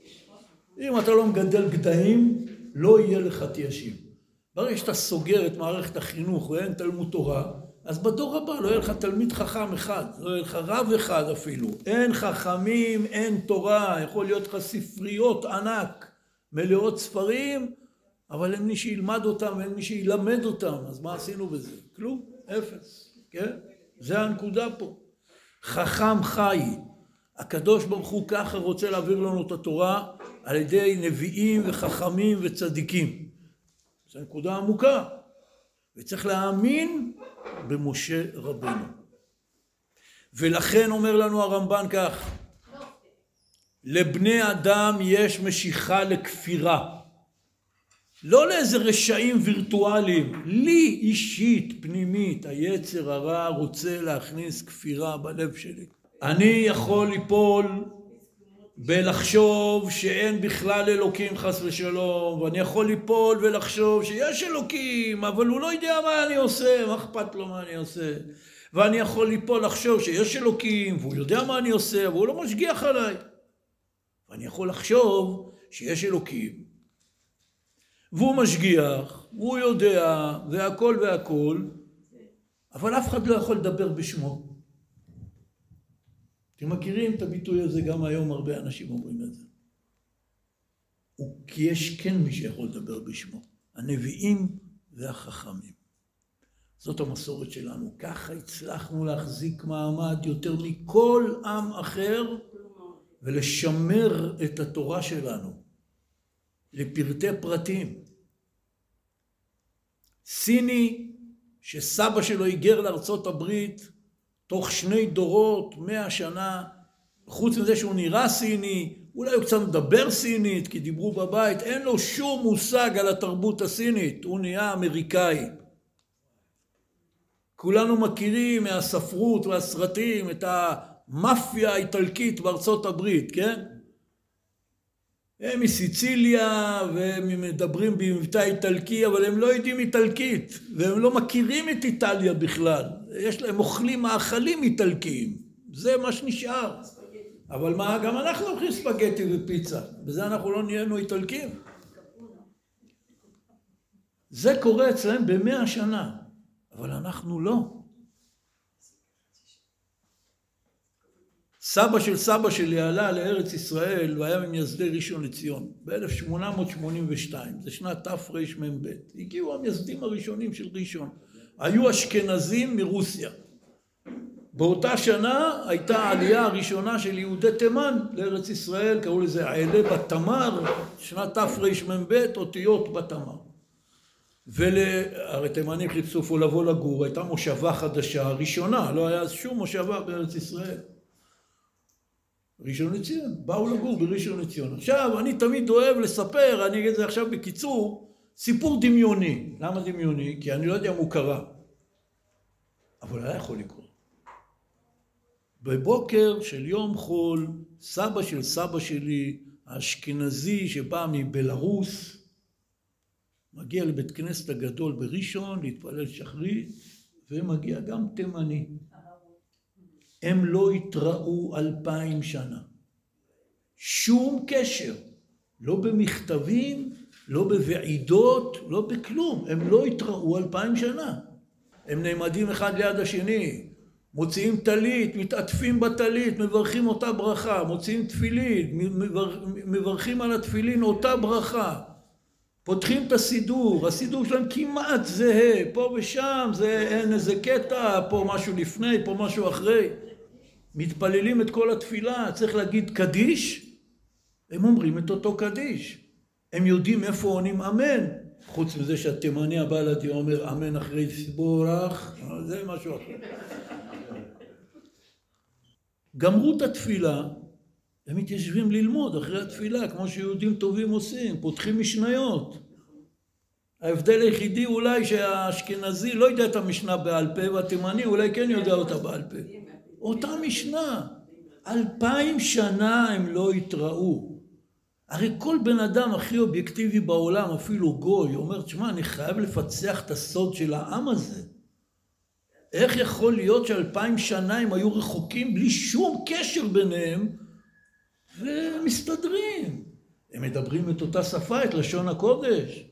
Speaker 1: אם אתה לא מגדל גדיים, לא יהיה לך תיישים. ברגע שאתה סוגר את מערכת החינוך ואין תלמוד תורה, אז בדור הבא לא יהיה לך תלמיד חכם אחד, לא יהיה לך רב אחד אפילו. אין חכמים, אין תורה, יכול להיות לך ספריות ענק, מלאות ספרים, אבל אין מי שילמד אותם, אין מי שילמד אותם, אז מה עשינו בזה? כלום, אפס, כן? זה הנקודה פה. חכם חי, הקדוש ברוך הוא ככה רוצה להעביר לנו את התורה, על ידי נביאים וחכמים וצדיקים. זו נקודה עמוקה, וצריך להאמין במשה רבנו. ולכן אומר לנו הרמב"ן כך, לבני אדם יש משיכה לכפירה, לא לאיזה רשעים וירטואליים, לי אישית, פנימית, היצר הרע רוצה להכניס כפירה בלב שלי. אני יכול ליפול בלחשוב שאין בכלל אלוקים חס ושלום, ואני יכול ליפול ולחשוב שיש אלוקים, אבל הוא לא יודע מה אני עושה, מה אכפת לו מה אני עושה. ואני יכול ליפול לחשוב שיש אלוקים, והוא יודע מה אני עושה, אבל הוא לא משגיח עליי. ואני יכול לחשוב שיש אלוקים, והוא משגיח, והוא יודע, והכל והכל, אבל אף אחד לא יכול לדבר בשמו. אתם מכירים את הביטוי הזה, גם היום הרבה אנשים אומרים את זה. כי יש כן מי שיכול לדבר בשמו, הנביאים והחכמים. זאת המסורת שלנו, ככה הצלחנו להחזיק מעמד יותר מכל עם אחר, ולשמר את התורה שלנו, לפרטי פרטים. סיני, שסבא שלו היגר לארצות הברית, תוך שני דורות, מאה שנה, חוץ מזה שהוא נראה סיני, אולי הוא קצת מדבר סינית, כי דיברו בבית, אין לו שום מושג על התרבות הסינית, הוא נהיה אמריקאי. כולנו מכירים מהספרות והסרטים את המאפיה האיטלקית בארצות הברית, כן? הם מסיציליה והם מדברים במבטא איטלקי, אבל הם לא יודעים איטלקית, והם לא מכירים את איטליה בכלל. יש להם אוכלים מאכלים איטלקיים, זה מה שנשאר. אבל מה, גם אנחנו אוכלים ספגטי ופיצה, בזה אנחנו לא נהיינו איטלקים. זה קורה אצלם במאה שנה, אבל אנחנו לא. סבא של סבא שלי עלה לארץ ישראל והיה ממייסדי ראשון לציון ב-אלף שמונה מאות שמונים ושתיים, זה שנת תרמ"ב. הגיעו המייסדים הראשונים של ראשון, היו אשכנזים מרוסיה. באותה שנה הייתה העלייה הראשונה של יהודי תימן לארץ ישראל, קראו לזה עלה בתמר, שנת תרמ"ב, אותיות בתמר. והרי תימנים חיפשו פה לבוא לגור, הייתה מושבה חדשה ראשונה, לא היה שום מושבה בארץ ישראל. ראשון לציון, באו לגור בראשון לציון. עכשיו, אני תמיד אוהב לספר, אני אגיד את זה עכשיו בקיצור, סיפור דמיוני. למה דמיוני? כי אני לא יודע אם הוא קרה. אבל היה יכול לקרות. בבוקר של יום חול, סבא של סבא שלי, האשכנזי שבא מבלרוס, מגיע לבית כנסת הגדול בראשון, להתפלל שחרית, ומגיע גם תימני. הם לא התראו אלפיים שנה. שום קשר. לא במכתבים, לא בוועידות, לא בכלום. הם לא התראו אלפיים שנה. הם נעמדים אחד ליד השני, מוציאים טלית, מתעטפים בטלית, מברכים אותה ברכה, מוציאים תפילין, מברכים על התפילין אותה ברכה. פותחים את הסידור, הסידור שלהם כמעט זהה, פה ושם, זה אין איזה קטע, פה משהו לפני, פה משהו אחרי. מתפללים את כל התפילה, צריך להגיד קדיש, הם אומרים את אותו קדיש. הם יודעים איפה עונים אמן, חוץ מזה שהתימני הבלעדי אומר אמן אחרי סיבורך, זה משהו אחר. גמרו את התפילה, הם מתיישבים ללמוד אחרי התפילה, כמו שיהודים טובים עושים, פותחים משניות. ההבדל היחידי אולי שהאשכנזי לא יודע את המשנה בעל פה, והתימני אולי כן יודע אותה בעל פה. אותה משנה, אלפיים שנה הם לא התראו. הרי כל בן אדם הכי אובייקטיבי בעולם, אפילו גוי, אומר, תשמע, אני חייב לפצח את הסוד של העם הזה. איך יכול להיות שאלפיים שנה הם היו רחוקים בלי שום קשר ביניהם, ומסתדרים. הם מדברים את אותה שפה, את לשון הקודש.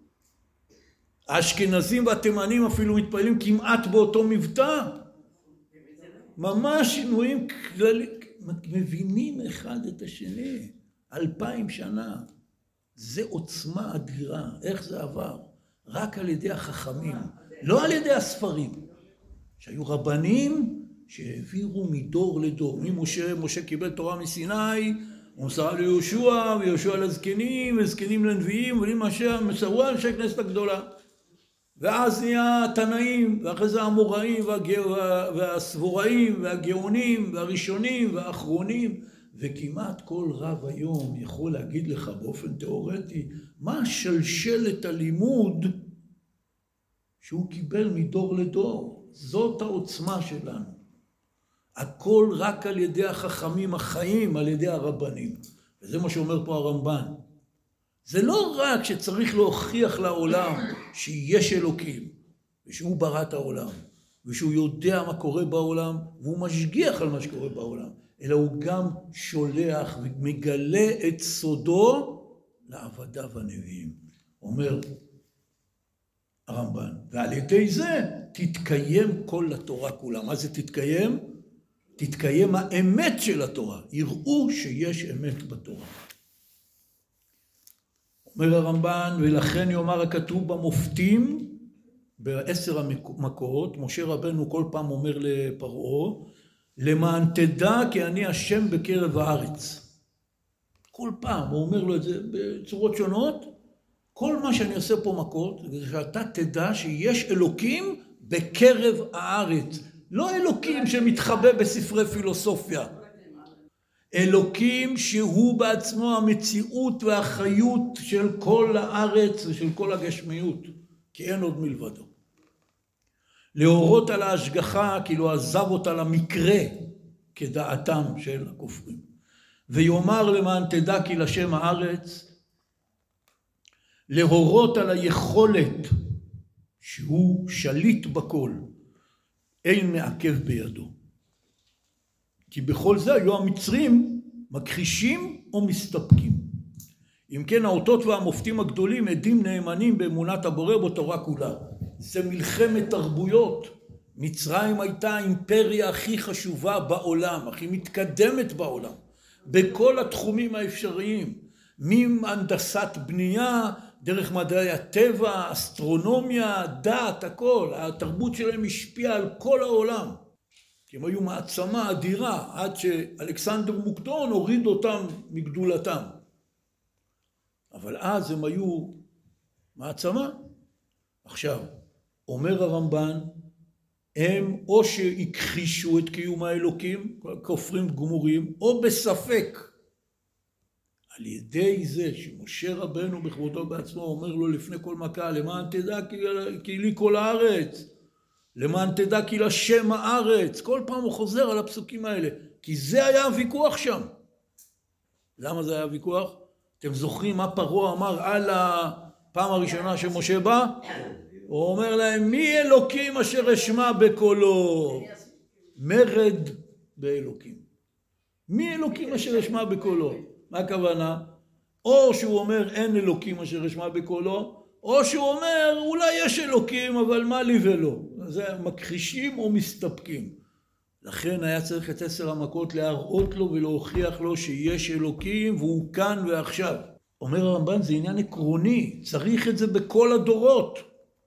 Speaker 1: האשכנזים והתימנים אפילו מתפעלים כמעט באותו מבטא. ממש שינויים כלליים, מבינים אחד את השני. אלפיים שנה. זה עוצמה אדירה. איך זה עבר? רק על ידי החכמים, לא על ידי הספרים. שהיו רבנים שהעבירו מדור לדור. ממשה, משה קיבל תורה מסיני, הוא מסרה ליהושע, ויהושע לזקנים, וזקנים לנביאים, ולמשה מסרו אנשי הכנסת הגדולה. ואז נהיה התנאים, ואחרי זה המוראים, והסבוראים, והגאונים, והראשונים, והאחרונים, וכמעט כל רב היום יכול להגיד לך באופן תיאורטי, מה שלשלת הלימוד שהוא קיבל מדור לדור. זאת העוצמה שלנו. הכל רק על ידי החכמים החיים, על ידי הרבנים. וזה מה שאומר פה הרמב"ן. זה לא רק שצריך להוכיח לעולם שיש אלוקים, ושהוא ברא את העולם, ושהוא יודע מה קורה בעולם, והוא משגיח על מה שקורה בעולם, אלא הוא גם שולח ומגלה את סודו לעבדיו הנביאים. אומר הרמב"ן, ועל ידי זה תתקיים כל התורה כולה. מה זה תתקיים? תתקיים האמת של התורה. יראו שיש אמת בתורה. אומר הרמב"ן, ולכן יאמר הכתוב במופתים, בעשר המקורות, משה רבנו כל פעם אומר לפרעה, למען תדע כי אני השם בקרב הארץ. כל פעם הוא אומר לו את זה בצורות שונות, כל מה שאני עושה פה מכות, זה שאתה תדע שיש אלוקים בקרב הארץ. לא אלוקים שמתחבא בספרי פילוסופיה. אלוקים שהוא בעצמו המציאות והחיות של כל הארץ ושל כל הגשמיות. כי אין עוד מלבדו. להורות על ההשגחה, כאילו עזב אותה למקרה, כדעתם של הכופרים. ויאמר למען תדע כי לשם הארץ, להורות על היכולת שהוא שליט בכל, אין מעכב בידו. כי בכל זה היו המצרים מכחישים או מסתפקים. אם כן האותות והמופתים הגדולים עדים נאמנים באמונת הבורא בתורה כולה. זה מלחמת תרבויות. מצרים הייתה האימפריה הכי חשובה בעולם, הכי מתקדמת בעולם, בכל התחומים האפשריים, מהנדסת בנייה, דרך מדעי הטבע, אסטרונומיה, דת, הכל. התרבות שלהם השפיעה על כל העולם. כי הם היו מעצמה אדירה, עד שאלכסנדר מוקדון הוריד אותם מגדולתם. אבל אז הם היו מעצמה. עכשיו, אומר הרמב"ן, הם או שהכחישו את קיום האלוקים, כופרים גמורים, או בספק. על ידי זה שמשה רבנו בכבודו בעצמו אומר לו לפני כל מכה, למען תדע כי, כי לי כל הארץ, למען תדע כי לשם הארץ. כל פעם הוא חוזר על הפסוקים האלה, כי זה היה הוויכוח שם. למה זה היה הוויכוח? אתם זוכרים מה פרעה אמר על הפעם הראשונה שמשה בא? הוא אומר להם, מי אלוקים אשר אשמע בקולו? מרד באלוקים. מי אלוקים אשר אשמע בקולו? מה הכוונה? או שהוא אומר אין אלוקים אשר אשמע בקולו, או שהוא אומר אולי יש אלוקים אבל מה לי ולא. זה מכחישים או מסתפקים. לכן היה צריך את עשר המכות להראות לו ולהוכיח לו שיש אלוקים והוא כאן ועכשיו. אומר הרמב"ן, זה עניין עקרוני, צריך את זה בכל הדורות.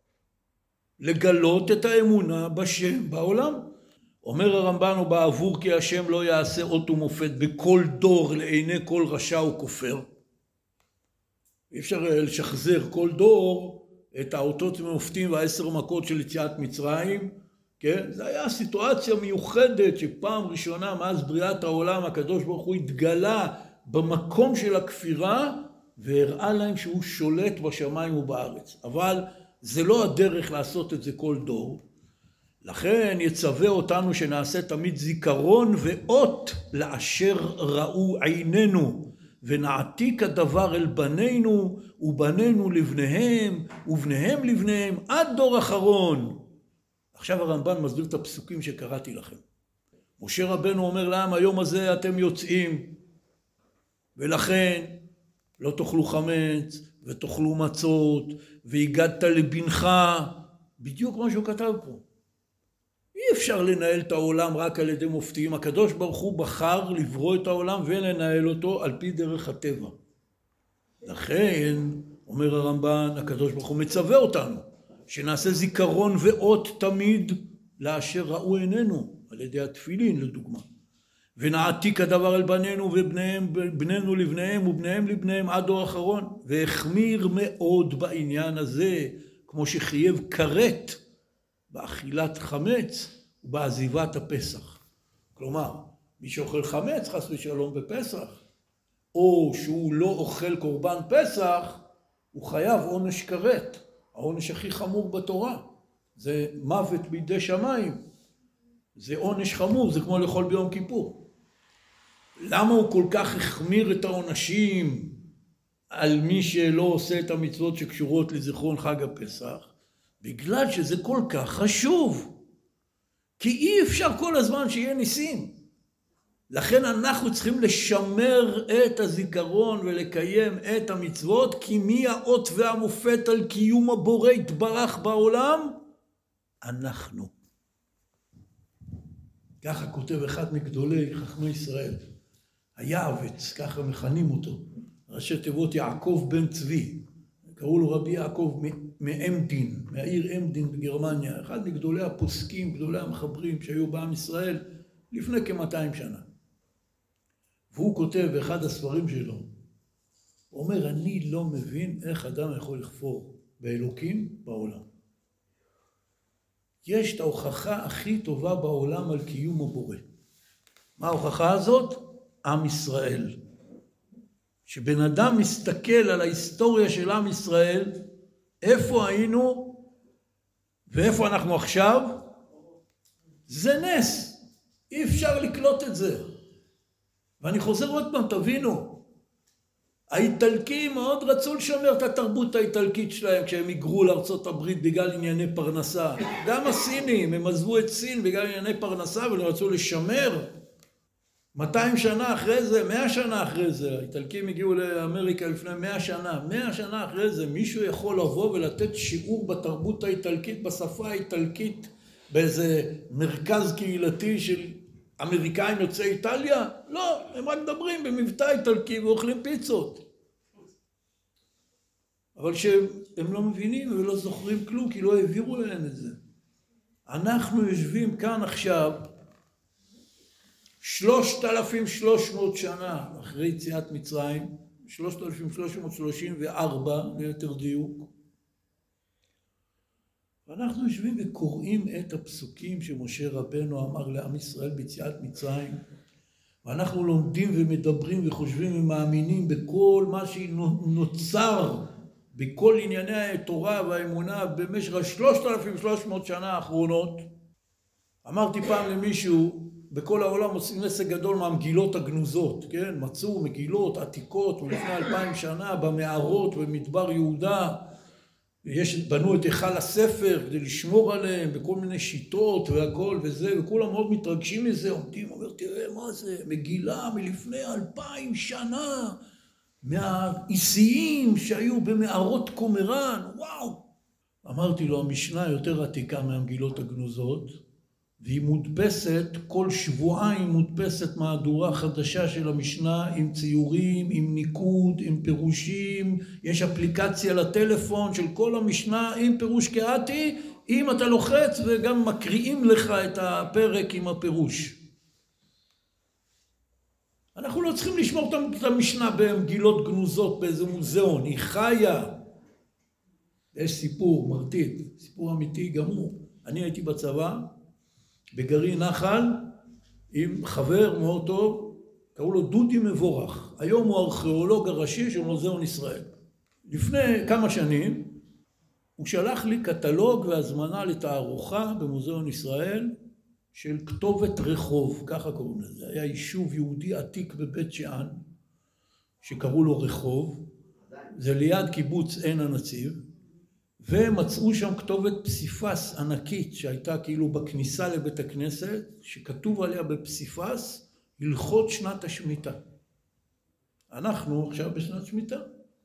Speaker 1: לגלות את האמונה בשם בעולם. אומר הרמב"ן, הוא בעבור כי השם לא יעשה אות ומופת בכל דור לעיני כל רשע וכופר. אי אפשר לשחזר כל דור את האותות ומופתים והעשר מכות של יציאת מצרים. כן? זה היה סיטואציה מיוחדת שפעם ראשונה מאז בריאת העולם הקדוש ברוך הוא התגלה במקום של הכפירה והראה להם שהוא שולט בשמיים ובארץ. אבל זה לא הדרך לעשות את זה כל דור. לכן יצווה אותנו שנעשה תמיד זיכרון ואות לאשר ראו עינינו, ונעתיק הדבר אל בנינו ובנינו לבניהם ובניהם לבניהם עד דור אחרון. עכשיו הרמב"ן מסביר את הפסוקים שקראתי לכם. משה רבנו אומר להם, היום הזה אתם יוצאים, ולכן לא תאכלו חמץ ותאכלו מצות, והגדת לבנך, בדיוק מה שהוא כתב פה. אי אפשר לנהל את העולם רק על ידי מופתים. הקדוש ברוך הוא בחר לברוא את העולם ולנהל אותו על פי דרך הטבע. לכן, אומר הרמב"ן, הקדוש ברוך הוא מצווה אותנו, שנעשה זיכרון ואות תמיד לאשר ראו עינינו, על ידי התפילין לדוגמה. ונעתיק הדבר על בנינו ובניהם, בנינו לבניהם ובניהם לבניהם עד דור אחרון. והחמיר מאוד בעניין הזה, כמו שחייב כרת באכילת חמץ ובעזיבת הפסח. כלומר, מי שאוכל חמץ חס ושלום בפסח, או שהוא לא אוכל קורבן פסח, הוא חייב עונש כרת. העונש הכי חמור בתורה. זה מוות בידי שמיים. זה עונש חמור, זה כמו לאכול ביום כיפור. למה הוא כל כך החמיר את העונשים על מי שלא עושה את המצוות שקשורות לזיכרון חג הפסח? בגלל שזה כל כך חשוב. כי אי אפשר כל הזמן שיהיה ניסים. לכן אנחנו צריכים לשמר את הזיכרון ולקיים את המצוות, כי מי האות והמופת על קיום הבורא יתברך בעולם? אנחנו. ככה כותב אחד מגדולי חכמי ישראל. היעבץ, ככה מכנים אותו. ראשי תיבות יעקב בן צבי. קראו לו רבי יעקב מאמדין, מהעיר אמדין בגרמניה. אחד מגדולי הפוסקים, גדולי המחברים שהיו בעם ישראל לפני כ-מאתיים שנה. והוא כותב באחד הספרים שלו, הוא אומר, אני לא מבין איך אדם יכול לכפור באלוקים בעולם. יש את ההוכחה הכי טובה בעולם על קיום הבורא. מה ההוכחה הזאת? עם ישראל. שבן אדם מסתכל על ההיסטוריה של עם ישראל, איפה היינו ואיפה אנחנו עכשיו, זה נס. אי אפשר לקלוט את זה. ואני חוזר עוד פעם, תבינו, האיטלקים מאוד רצו לשמר את התרבות האיטלקית שלהם כשהם היגרו לארצות הברית בגלל ענייני פרנסה. גם הסינים, הם עזבו את סין בגלל ענייני פרנסה והם רצו לשמר. מאתיים שנה אחרי זה, מאה שנה אחרי זה, האיטלקים הגיעו לאמריקה לפני מאה שנה, מאה שנה אחרי זה, מישהו יכול לבוא ולתת שיעור בתרבות האיטלקית, בשפה האיטלקית, באיזה מרכז קהילתי של אמריקאים יוצאי איטליה? לא, הם רק מדברים במבטא איטלקי ואוכלים פיצות. אבל שהם לא מבינים ולא זוכרים כלום, כי לא העבירו להם את זה. אנחנו יושבים כאן עכשיו, שלושת אלפים ושלוש מאות שנה אחרי יציאת מצרים, שלושת אלפים ושלוש מאות שלושים וארבע ליתר דיוק, ואנחנו יושבים וקוראים את הפסוקים שמשה רבנו אמר לעם ישראל ביציאת מצרים, ואנחנו לומדים ומדברים וחושבים ומאמינים בכל מה שנוצר, בכל ענייני התורה והאמונה במשך שלושת אלפים ושלוש מאות שנה האחרונות. אמרתי פעם למישהו, בכל העולם עושים עסק גדול מהמגילות הגנוזות, כן? מצאו מגילות עתיקות מלפני אלפיים שנה במערות במדבר יהודה, יש, בנו את היכל הספר כדי לשמור עליהם בכל מיני שיטות והכל וזה, וכולם מאוד מתרגשים מזה, עומדים, אומר, תראה מה זה, מגילה מלפני אלפיים שנה, מהאיסיים שהיו במערות קומראן, וואו. אמרתי לו, המשנה יותר עתיקה מהמגילות הגנוזות, והיא מודפסת, כל שבועיים מודפסת מהדורה חדשה של המשנה עם ציורים, עם ניקוד, עם פירושים, יש אפליקציה לטלפון של כל המשנה עם פירוש קהתי, אם אתה לוחץ וגם מקריאים לך את הפרק עם הפירוש. אנחנו לא צריכים לשמור את המשנה במגילות גנוזות באיזה מוזיאון, היא חיה. יש סיפור מרטיט, סיפור אמיתי גם הוא. אני הייתי בצבא, בגרעין נחל, עם חבר מאוד טוב, קראו לו דודי מבורך. היום הוא הארכיאולוג הראשי של מוזיאון ישראל. לפני כמה שנים, הוא שלח לי קטלוג והזמנה לתערוכה במוזיאון ישראל, של כתובת רחוב, ככה קוראים לזה. היה יישוב יהודי עתיק בבית שאן, שקראו לו רחוב, זה ליד קיבוץ עין הנציב, ומצאו שם כתובת פסיפס ענקית שהייתה כאילו בכניסה לבית הכנסת, שכתוב עליה בפסיפס הלכות שנת השמיטה. אנחנו עכשיו בשנת שמיטה.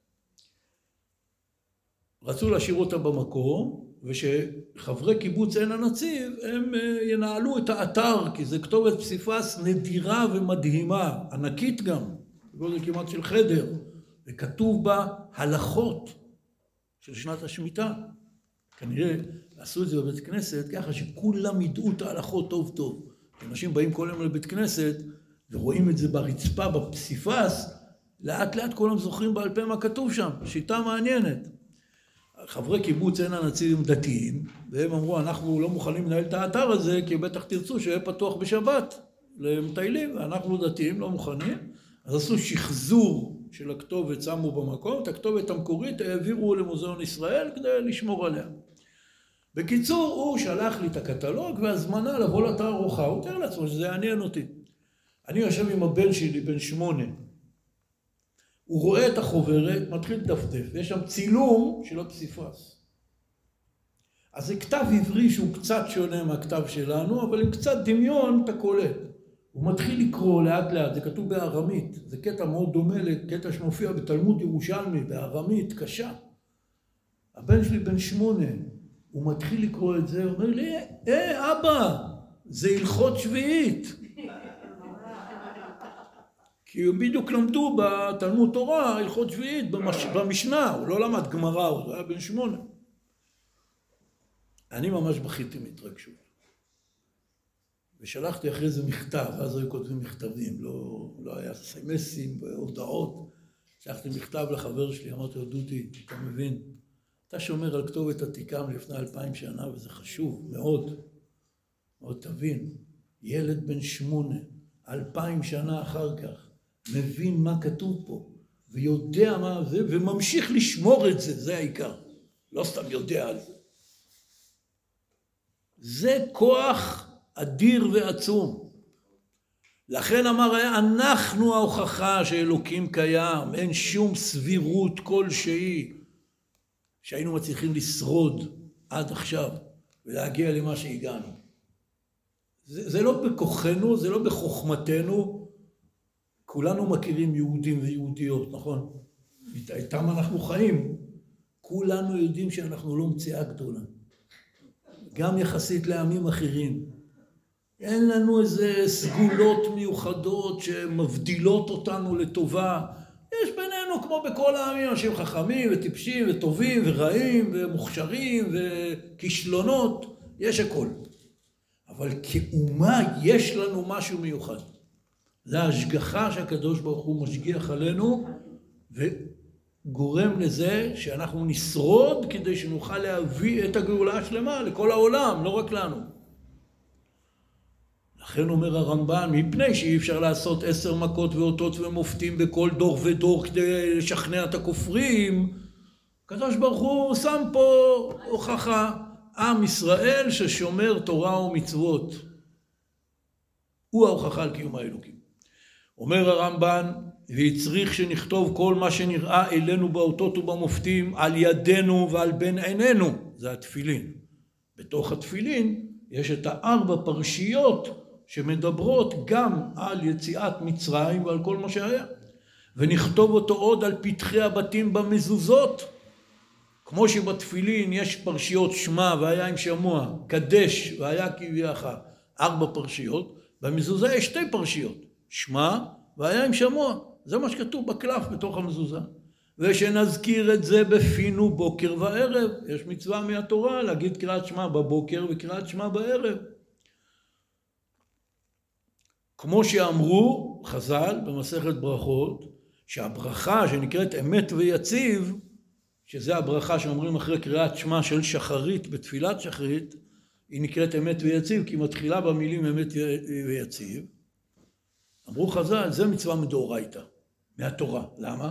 Speaker 1: רצו להשאיר אותה במקום, ושחברי קיבוץ עין הנציב הם ינהלו את האתר, כי זה כתובת פסיפס נדירה ומדהימה, ענקית גם, גודל כמעט של חדר, וכתוב בה הלכות של שנת השמיטה. כנראה עשו את זה בבית כנסת ככה שכולם ידעו את ההלכות טוב טוב. אנשים באים כל יום לבית כנסת ורואים את זה ברצפה, בפסיפס, לאט לאט כולם זוכרים בעל פה מה כתוב שם. שיטה מעניינת. חברי קיבוץ עין הנציב הם דתיים, והם אמרו, אנחנו לא מוכנים לנהל את האתר הזה, כי בטח תרצו שיהיה פתוח בשבת למטיילים, ואנחנו דתיים לא מוכנים. אז עשו שחזור של הכתובת, שמו במקום, את הכתובת המקורית העבירו למוזיאון ישראל כדי לשמור עליה. בקיצור, הוא שלח לי את הקטלוג והזמנה לבוא לתערוכה. הוא תאר לעצמו שזה יעניין אותי. אני יושב עם הבן שלי, בן שמונה. הוא רואה את החוברת, מתחיל לדפדף, ויש שם צילום של הפסיפס. אז זה כתב עברי שהוא קצת שונה מהכתב שלנו, אבל עם קצת דמיון אתה קולט. הוא מתחיל לקרוא לאט לאט, זה כתוב בארמית. זה קטע מאוד דומה לקטע שמופיע בתלמוד ירושלמי, בארמית, קשה. הבן שלי בן שמונה, הוא מתחיל לקרוא את זה, הוא אומר לי, אה, אבא, זה הלכות שביעית. כי הם בדיוק למדו בתלמוד תורה, הלכות שביעית, במש... במשנה, הוא לא למד גמרא, הוא היה בן שמונה. אני ממש בכיתי מהתרגשות. ושלחתי אחרי זה מכתב, אז היו כותבים מכתבים, לא, לא היה סמסים והודעות. שלחתי מכתב לחבר שלי, אמרתי לו, דודי, אתה מבין, אתה שומר על כתובת עתיקה מלפני אלפיים שנה, וזה חשוב מאוד. מאוד תבין, ילד בן שמונה, אלפיים שנה אחר כך, מבין מה כתוב פה, ויודע מה זה, וממשיך לשמור את זה, זה העיקר. לא סתם יודע על זה. זה כוח אדיר ועצום. לכן אמר היה, אנחנו ההוכחה שאלוקים קיים, אין שום סבירות כלשהי, שהיינו מצליחים לשרוד עד עכשיו, ולהגיע למה שהגענו. זה, זה לא בכוחנו, זה לא בחוכמתנו, כולנו מכירים יהודים ויהודיות, נכון? איתם אנחנו חיים, כולנו יודעים שאנחנו לא מציאה גדולה. גם יחסית לעמים אחרים. אין לנו איזה סגולות מיוחדות שמבדילות אותנו לטובה. יש בינינו, כמו בכל העמים, אנשים חכמים וטיפשים וטובים ורעים ומוכשרים וכישלונות. יש הכל. אבל כאומה יש לנו משהו מיוחד. זה ההשגחה שהקדוש ברוך הוא משגיח עלינו וגורם לזה שאנחנו נשרוד כדי שנוכל להביא את הגאולה השלמה לכל העולם, לא רק לנו. לכן אומר הרמב"ן, מפני שאי אפשר לעשות עשר מכות ואותות ומופתים בכל דור ודור כדי לשכנע את הכופרים, הקדוש ברוך הוא שם פה הוכחה, עם ישראל ששומר תורה ומצוות. הוא ההוכחה על קיום האלוקים. אומר הרמב"ן, והצריך שנכתוב כל מה שנראה אלינו באותות ובמופתים על ידינו ועל בין עינינו, זה התפילין. בתוך התפילין יש את הארבע פרשיות שמדברות גם על יציאת מצרים ועל כל מה שהיה. ונכתוב אותו עוד על פתחי הבתים במזוזות, כמו שבתפילין יש פרשיות שמע והיה עם שמוע, קדש והיה קביעך, ארבע פרשיות, במזוזה יש שתי פרשיות, שמע והיה עם שמוע, זה מה שכתוב בקלף בתוך המזוזה. ושנזכיר את זה בפינו בוקר וערב, יש מצווה מהתורה להגיד קריאת שמע בבוקר וקריאת שמע בערב. כמו שאמרו חז"ל במסכת ברכות, שהברכה שנקראת אמת ויציב, שזה הברכה שאומרים אחרי קריאת שמע של שחרית בתפילת שחרית, היא נקראת אמת ויציב כי מתחילה במילים אמת ויציב. אמרו חז"ל, זה מצווה מדאורייתא, מהתורה. למה?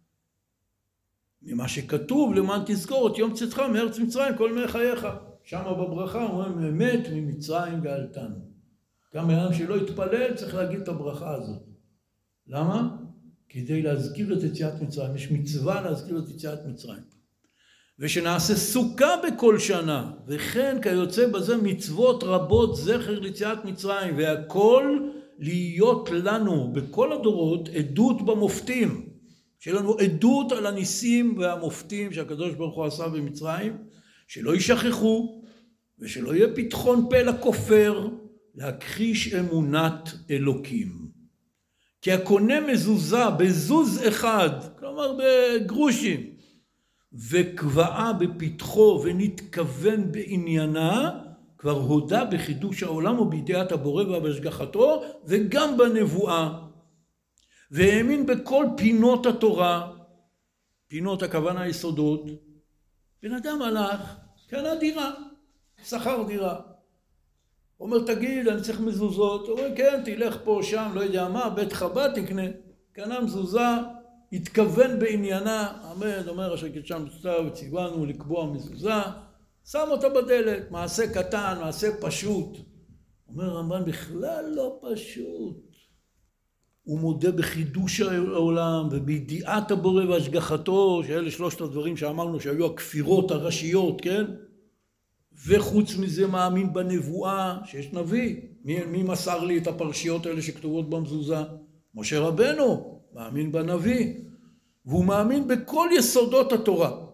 Speaker 1: ממה שכתוב למען תזכור את יום צאתך מארץ מצרים כל ימי חייך. שם בברכה אומרים אמת ממצרים גאלתנו. גם אדם שלא יתפלל צריך להגיד את הברכה הזאת. למה? כדי להזכיר את יציאת מצרים. יש מצווה להזכיר את יציאת מצרים. ושנעשה סוכה בכל שנה, וכן כיוצא בזה מצוות רבות זכר ליציאת מצרים, והכל להיות לנו בכל הדורות עדות במופתים. שיהיה לנו עדות על הניסים והמופתים שהקדוש ברוך הוא עשה במצרים, שלא יישכחו, ושלא יהיה פתחון פה לכופר, להכחיש אמונת אלוקים. כי הקונה מזוזה בזוז אחד, כלומר בגרושים, וקבעה בפתחו ונתכוון בעניינה, כבר הודה בחידוש העולם ובידיעת הבורא ובהשגחתו, וגם בנבואה. והאמין בכל פינות התורה, פינות הכוונה היסודות. בן אדם הלך, קנה דירה, שכר דירה. הוא אומר, תגיד, אני צריך מזוזות. הוא אומר, כן, תלך פה, שם, לא יודע מה, בית חב"ד תקנה. קנה מזוזה, התכוון בעניינה, עמד, אומר, אשר קדשנו מצווה וציוונו לקבוע מזוזה, שם אותה בדלת, מעשה קטן, מעשה פשוט. אומר הרמב"ן, בכלל לא פשוט. הוא מודה בחידוש העולם ובידיעת הבורא והשגחתו, שאלה שלושת הדברים שאמרנו שהיו הכפירות הראשיות, כן? וחוץ מזה מאמין בנבואה, שיש נביא. מי, מי מסר לי את הפרשיות האלה שכתובות במזוזה? משה רבנו, מאמין בנביא. והוא מאמין בכל יסודות התורה.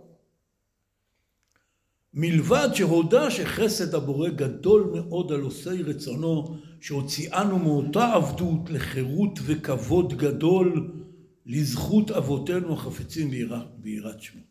Speaker 1: מלבד שהודע שחסד הבורא גדול מאוד על עושי רצונו, שהוציאנו מאותה עבדות לחירות וכבוד גדול לזכות אבותינו החפצים ביראת שמו.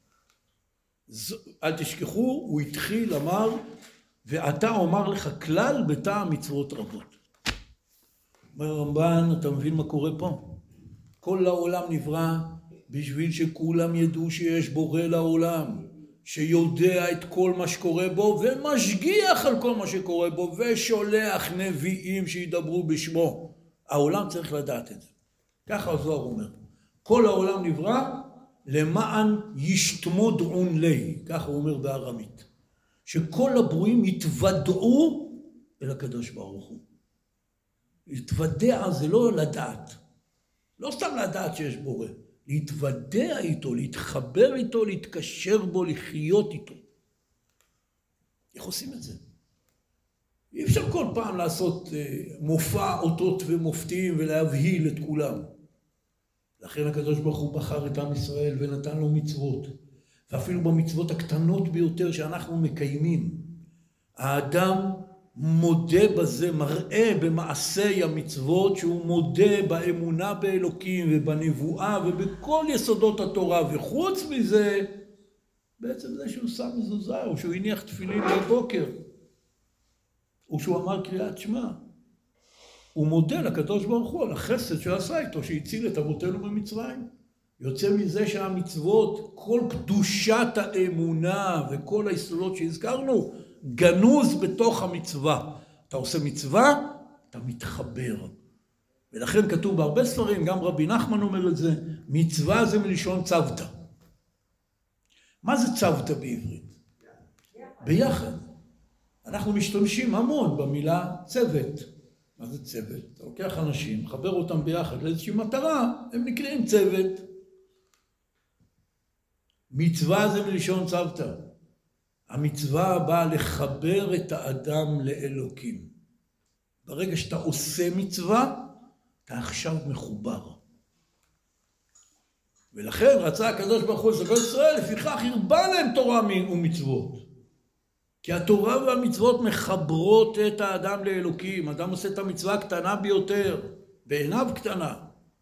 Speaker 1: אל תשכחו, הוא התחיל, אמר, ואתה אומר לך כלל בטעם מצוות רבות. אומר הרמב"ן, אתה מבין מה קורה פה? כל העולם נברא בשביל שכולם ידעו שיש בורא לעולם, שיודע את כל מה שקורה בו ומשגיח על כל מה שקורה בו ושולח נביאים שידברו בשמו. העולם צריך לדעת את זה. ככה הזוהר אומר. כל העולם נברא למען ישתמודעון לי, ככה הוא אומר בארמית. שכל הברואים יתוודעו אל הקדוש ברוך הוא. להתוודע זה לא לדעת. לא סתם לדעת שיש בורא. להתוודע איתו, להתחבר איתו, להתקשר בו, לחיות איתו. איך עושים את זה? אי אפשר כל פעם לעשות מופע אותות ומופתים ולהבהיל את כולם. לכן הקדוש ברוך הוא בחר את עם ישראל ונתן לו מצוות. ואפילו במצוות הקטנות ביותר שאנחנו מקיימים. האדם מודה בזה, מראה במעשי המצוות שהוא מודה באמונה באלוקים ובנבואה ובכל יסודות התורה. וחוץ מזה, בעצם זה שהוא שם מזוזה, או שהוא הניח תפילין בבוקר, או שהוא אמר קריאת שמע. הוא מודה לקדוש ברוך הוא על החסד שעשה איתו, שהציל את אבותינו במצרים. יוצא מזה שהמצוות, כל קדושת האמונה וכל היסודות שהזכרנו, גנוז בתוך המצווה. אתה עושה מצווה, אתה מתחבר. ולכן כתוב בהרבה ספרים, גם רבי נחמן אומר את זה, מצווה זה מלשון צוותא. מה זה צוותא בעברית? ביחד. אנחנו משתמשים המון במילה צוות. מה זה צוות? אתה לוקח אנשים, מחבר אותם ביחד לאיזושהי מטרה, הם נקראים צוות. מצווה זה מלשון צוותא. המצווה באה לחבר את האדם לאלוקים. ברגע שאתה עושה מצווה, אתה עכשיו מחובר. ולכן רצה הקדוש ברוך הוא לזכות ישראל, לפיכך הרבה להם תורה ומצוות. כי התורה והמצוות מחברות את האדם לאלוקים. אדם עושה את המצווה הקטנה ביותר, בעיניו קטנה.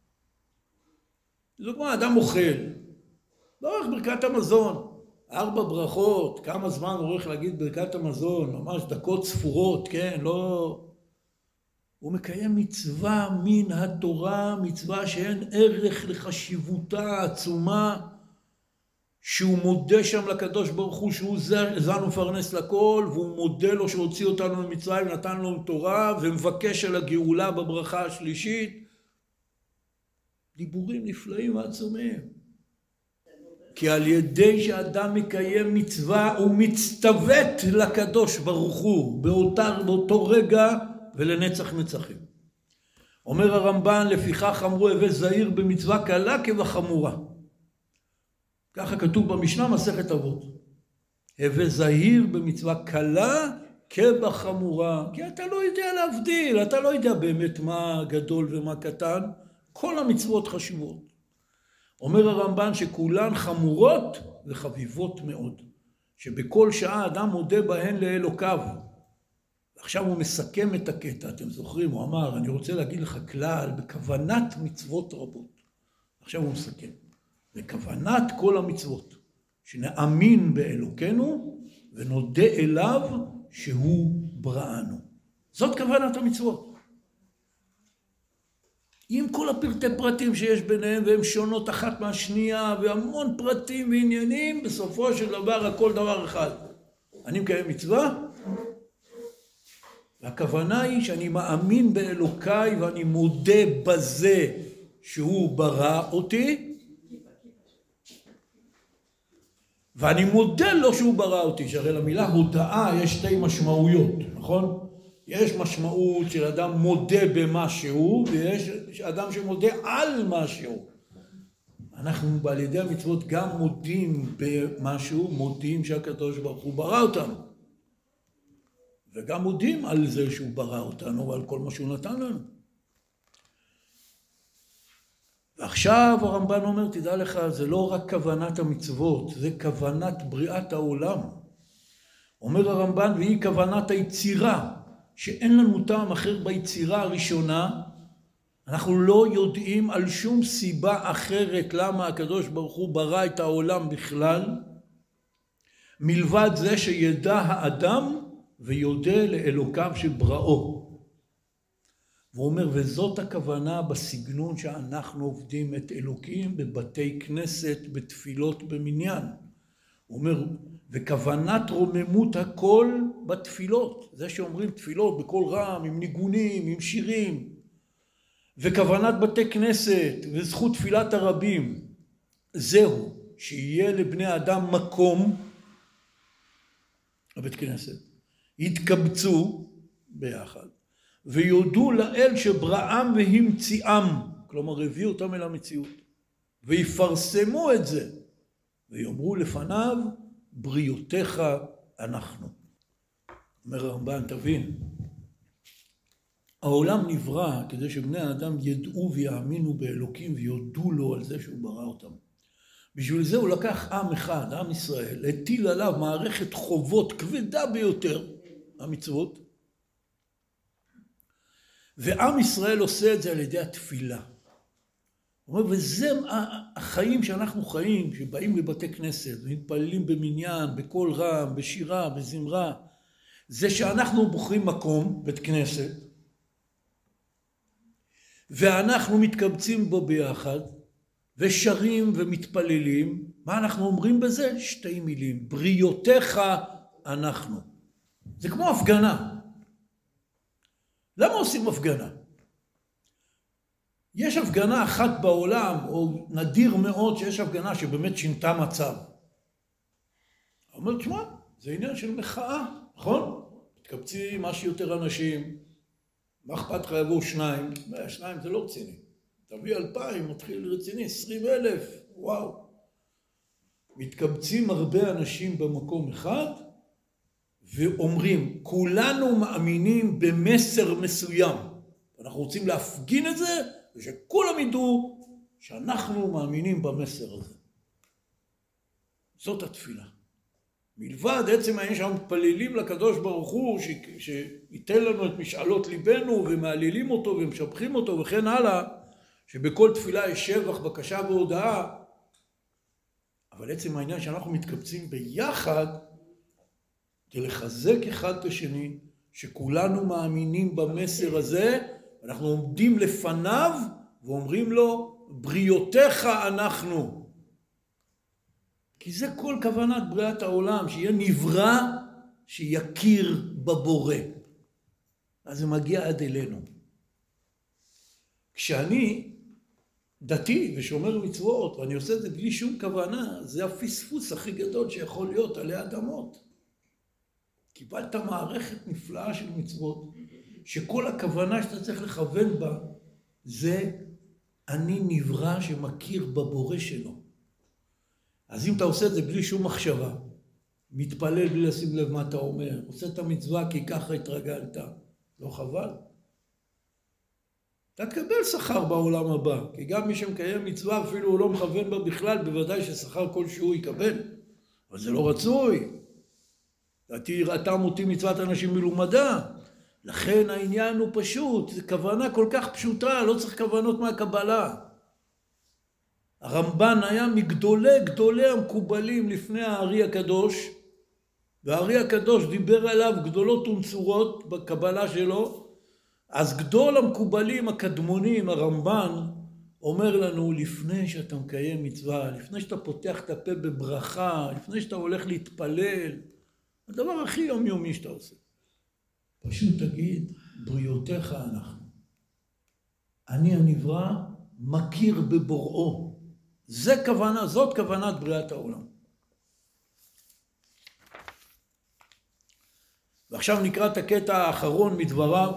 Speaker 1: זאת אומרת, אדם אוכל. לא רק ברכת המזון. ארבע ברכות, כמה זמן עורך להגיד ברכת המזון, ממש דקות ספורות, כן, לא... הוא מקיים מצווה מן התורה, מצווה שאין ערך לחשיבותה העצומה, שהוא מודה שם לקדוש ברוך הוא, שהוא זן ומפרנס לכל, והוא מודה לו שהוציא אותנו ממצרים, נתן לו תורה, ומבקש על הגאולה בברכה השלישית. דיבורים נפלאים ועצומים. כי על ידי שאדם מקיים מצווה, הוא מצטוות לקדוש ברוך הוא, באותה, באותו רגע ולנצח נצחים. אומר הרמב"ן, לפיכך אמרו הווה זהיר במצווה קלה כבחמורה. ככה כתוב במשנה מסכת אבות. הווה זהיר במצווה קלה כבחמורה. כי אתה לא יודע להבדיל, אתה לא יודע באמת מה גדול ומה קטן. כל המצוות חשובות. אומר הרמב"ן שכולן חמורות וחביבות מאוד. שבכל שעה אדם מודה בהן לאלוקיו. עכשיו הוא מסכם את הקטע, אתם זוכרים, הוא אמר, אני רוצה להגיד לך כלל בכוונת מצוות רבות. עכשיו הוא מסכם. בכוונת כל המצוות, שנאמין באלוקנו ונודה אליו שהוא בראנו. זאת כוונת המצוות. עם כל הפרטי פרטים שיש ביניהם, והן שונות אחת מהשנייה, והמון פרטים ועניינים, בסופו של דבר הכל דבר אחד. אני מקיים מצווה, והכוונה היא שאני מאמין באלוקיי, ואני מודה בזה שהוא ברא אותי, ואני מודה לו שהוא ברא אותי, שהרי למילה הודאה יש שתי משמעויות, נכון? יש משמעות של אדם מודה במשהו, ויש אדם שמודה על משהו. אנחנו על ידי המצוות גם מודים במשהו, מודים שהקדוש ברוך הוא ברא אותנו. וגם מודים על זה שהוא ברא אותנו ועל כל מה שהוא נתן לנו. ועכשיו הרמב"ן אומר, תדע לך, זה לא רק כוונת המצוות, זה כוונת בריאת העולם. אומר הרמב"ן, והיא כוונת היצירה, שאין לנו טעם אחר ביצירה הראשונה. אנחנו לא יודעים על שום סיבה אחרת למה הקדוש ברוך הוא ברא את העולם בכלל, מלבד זה שידע האדם ויודה לאלוקיו שבראו. והוא אומר, וזאת הכוונה בסגנון שאנחנו עובדים את אלוקים בבתי כנסת, בתפילות במניין. הוא אומר, וכוונת רוממות הכל בתפילות. זה שאומרים תפילות בקול רם, עם ניגונים, עם שירים. וכוונת בתי כנסת וזכות תפילת הרבים. זהו, שיהיה לבני אדם מקום, בבית כנסת, יתקבצו ביחד. ויודו לאל שבראם והמציאם, כלומר הביאו אותם אל המציאות, ויפרסמו את זה, ויאמרו לפניו, בריאותיך אנחנו. אומר הרמב"ן, תבין, העולם נברא כדי שבני האדם ידעו ויאמינו באלוקים ויודו לו על זה שהוא ברא אותם. בשביל זה הוא לקח עם אחד, עם ישראל, הטיל עליו מערכת חובות כבדה ביותר, המצוות, ועם ישראל עושה את זה על ידי התפילה. הוא אומר, וזה החיים שאנחנו חיים, שבאים לבתי כנסת, ומתפללים במניין, בקול רם, בשירה, בזמרה, זה שאנחנו בוחרים מקום, בית כנסת, ואנחנו מתקבצים בו ביחד, ושרים ומתפללים. מה אנחנו אומרים בזה? שתי מילים, בריאותיך אנחנו. זה כמו הפגנה. למה עושים הפגנה? יש הפגנה אחת בעולם, או נדיר מאוד שיש הפגנה שבאמת שינתה מצב. הוא אומר, תשמע, זה עניין של מחאה, נכון? מתקבצים משהו יותר אנשים, מה אכפת לך יבואו שניים? שניים זה לא רציני. תביא אלפיים, מתחיל רציני, עשרים אלף, וואו. מתקבצים הרבה אנשים במקום אחד, ואומרים, כולנו מאמינים במסר מסוים. אנחנו רוצים להפגין את זה, ושכולם ידעו שאנחנו מאמינים במסר הזה. זאת התפילה. מלבד עצם העניין שאנחנו מתפללים לקדוש ברוך הוא, ש... שייתן לנו את משאלות ליבנו, ומעלילים אותו ומשבחים אותו וכן הלאה, שבכל תפילה יש שבח, בקשה והודאה. אבל עצם העניין שאנחנו מתקבצים ביחד, כדי לחזק אחד את השני, שכולנו מאמינים במסר הזה, אנחנו עומדים לפניו ואומרים לו, בריאותיך אנחנו. כי זה כל כוונת בריאת העולם, שיהיה נברא שיכיר בבורא. אז זה מגיע עד אלינו. כשאני דתי ושומר מצוות, ואני עושה את זה בלי שום כוונה, זה הפספוס הכי גדול שיכול להיות עלי אדמות. קיבלת מערכת נפלאה של מצוות, שכל הכוונה שאתה צריך לכוון בה, זה אני נברא שמכיר בבורא שלו. אז אם אתה עושה את זה בלי שום מחשבה, מתפלל בלי לשים לב מה אתה אומר, עושה את המצווה כי ככה התרגלת, לא חבל? אתה תקבל שכר בעולם הבא, כי גם מי שמקיים מצווה אפילו הוא לא מכוון בה בכלל, בוודאי ששכר כלשהו יקבל, אבל זה לא רצוי. ואתי ראתה מותי מצוות אנשים מלומדה, לכן העניין הוא פשוט, זו כוונה כל כך פשוטה, לא צריך כוונות מהקבלה. הרמב"ן היה מגדולי גדולי המקובלים לפני הארי הקדוש, והארי הקדוש דיבר עליו גדולות ונצורות בקבלה שלו, אז גדול המקובלים הקדמונים, הרמב"ן, אומר לנו, לפני שאתה מקיים מצווה, לפני שאתה פותח את הפה בברכה, לפני שאתה הולך להתפלל, הדבר הכי יומיומי שאתה עושה, פשוט תגיד, בריאותיך אנחנו. אני הנברא מכיר בבוראו. זה כוונה, זאת כוונת בריאת העולם. ועכשיו נקרא את הקטע האחרון מדבריו.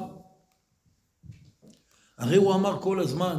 Speaker 1: הרי הוא אמר כל הזמן,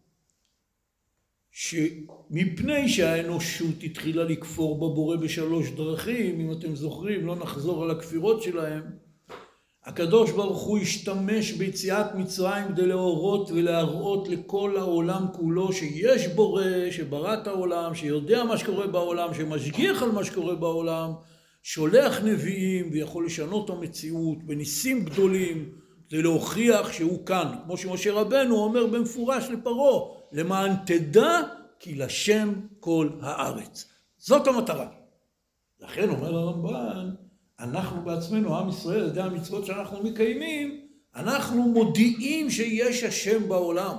Speaker 1: שמפני שהאנושות התחילה לכפור בבורא בשלוש דרכים, אם אתם זוכרים, לא נחזור על הכפירות שלהם, הקדוש ברוך הוא השתמש ביציאת מצרים כדי להורות ולהראות לכל העולם כולו שיש בורא, שברא את העולם, שיודע מה שקורה בעולם, שמשגיח על מה שקורה בעולם, שולח נביאים ויכול לשנות את המציאות בניסים גדולים, כדי להוכיח שהוא כאן. כמו שמשה רבנו אומר במפורש לפרעה, למען תדע כי לשם כל הארץ. זאת המטרה. לכן אומר הרמב"ן, אנחנו בעצמנו, עם ישראל, על ידי המצוות שאנחנו מקיימים, אנחנו מודיעים שיש השם בעולם.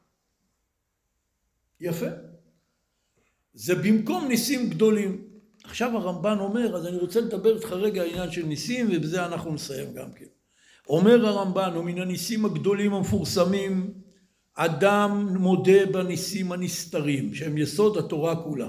Speaker 1: יפה. זה במקום ניסים גדולים. עכשיו הרמב"ן אומר, אז אני רוצה לדבר איתך רגע העניין של ניסים, ובזה אנחנו נסיים גם כן. אומר הרמב"ן, ומן הניסים הגדולים המפורסמים, אדם מודה בניסים הנסתרים, שהם יסוד התורה כולה.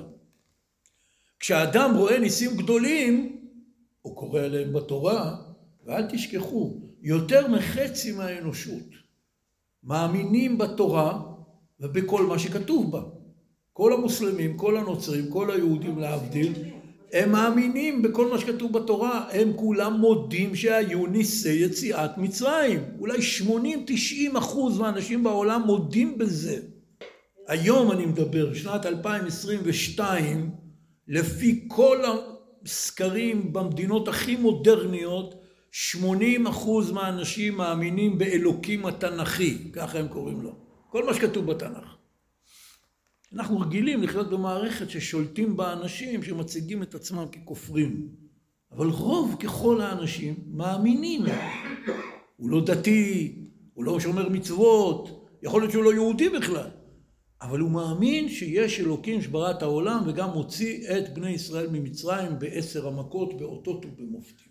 Speaker 1: כשאדם רואה ניסים גדולים, הוא קורא עליהם בתורה, ואל תשכחו, יותר מחצי מהאנושות מאמינים בתורה ובכל מה שכתוב בה. כל המוסלמים, כל הנוצרים, כל היהודים להבדיל, הם מאמינים בכל מה שכתוב בתורה, הם כולם מודים שהיו ניסי יציאת מצרים. אולי שמונים תשעים אחוז מהאנשים בעולם מודים בזה. היום אני מדבר, שנת אלפיים עשרים ושתיים, לפי כל הסקרים במדינות הכי מודרניות, שמונים אחוז מהאנשים מאמינים באלוקים התנ"כי, ככה הם קוראים לו. כל מה שכתוב בתנ"ך. אנחנו רגילים לחיות במערכת ששולטים באנשים שמציגים את עצמם ככופרים. אבל רוב ככל האנשים מאמינים. הוא לא דתי, הוא לא שומר מצוות, יכול להיות שהוא לא יהודי בכלל. אבל הוא מאמין שיש אלוקים שברא את העולם וגם מוציא את בני ישראל ממצרים בעשר המכות, באותות ובמופתים.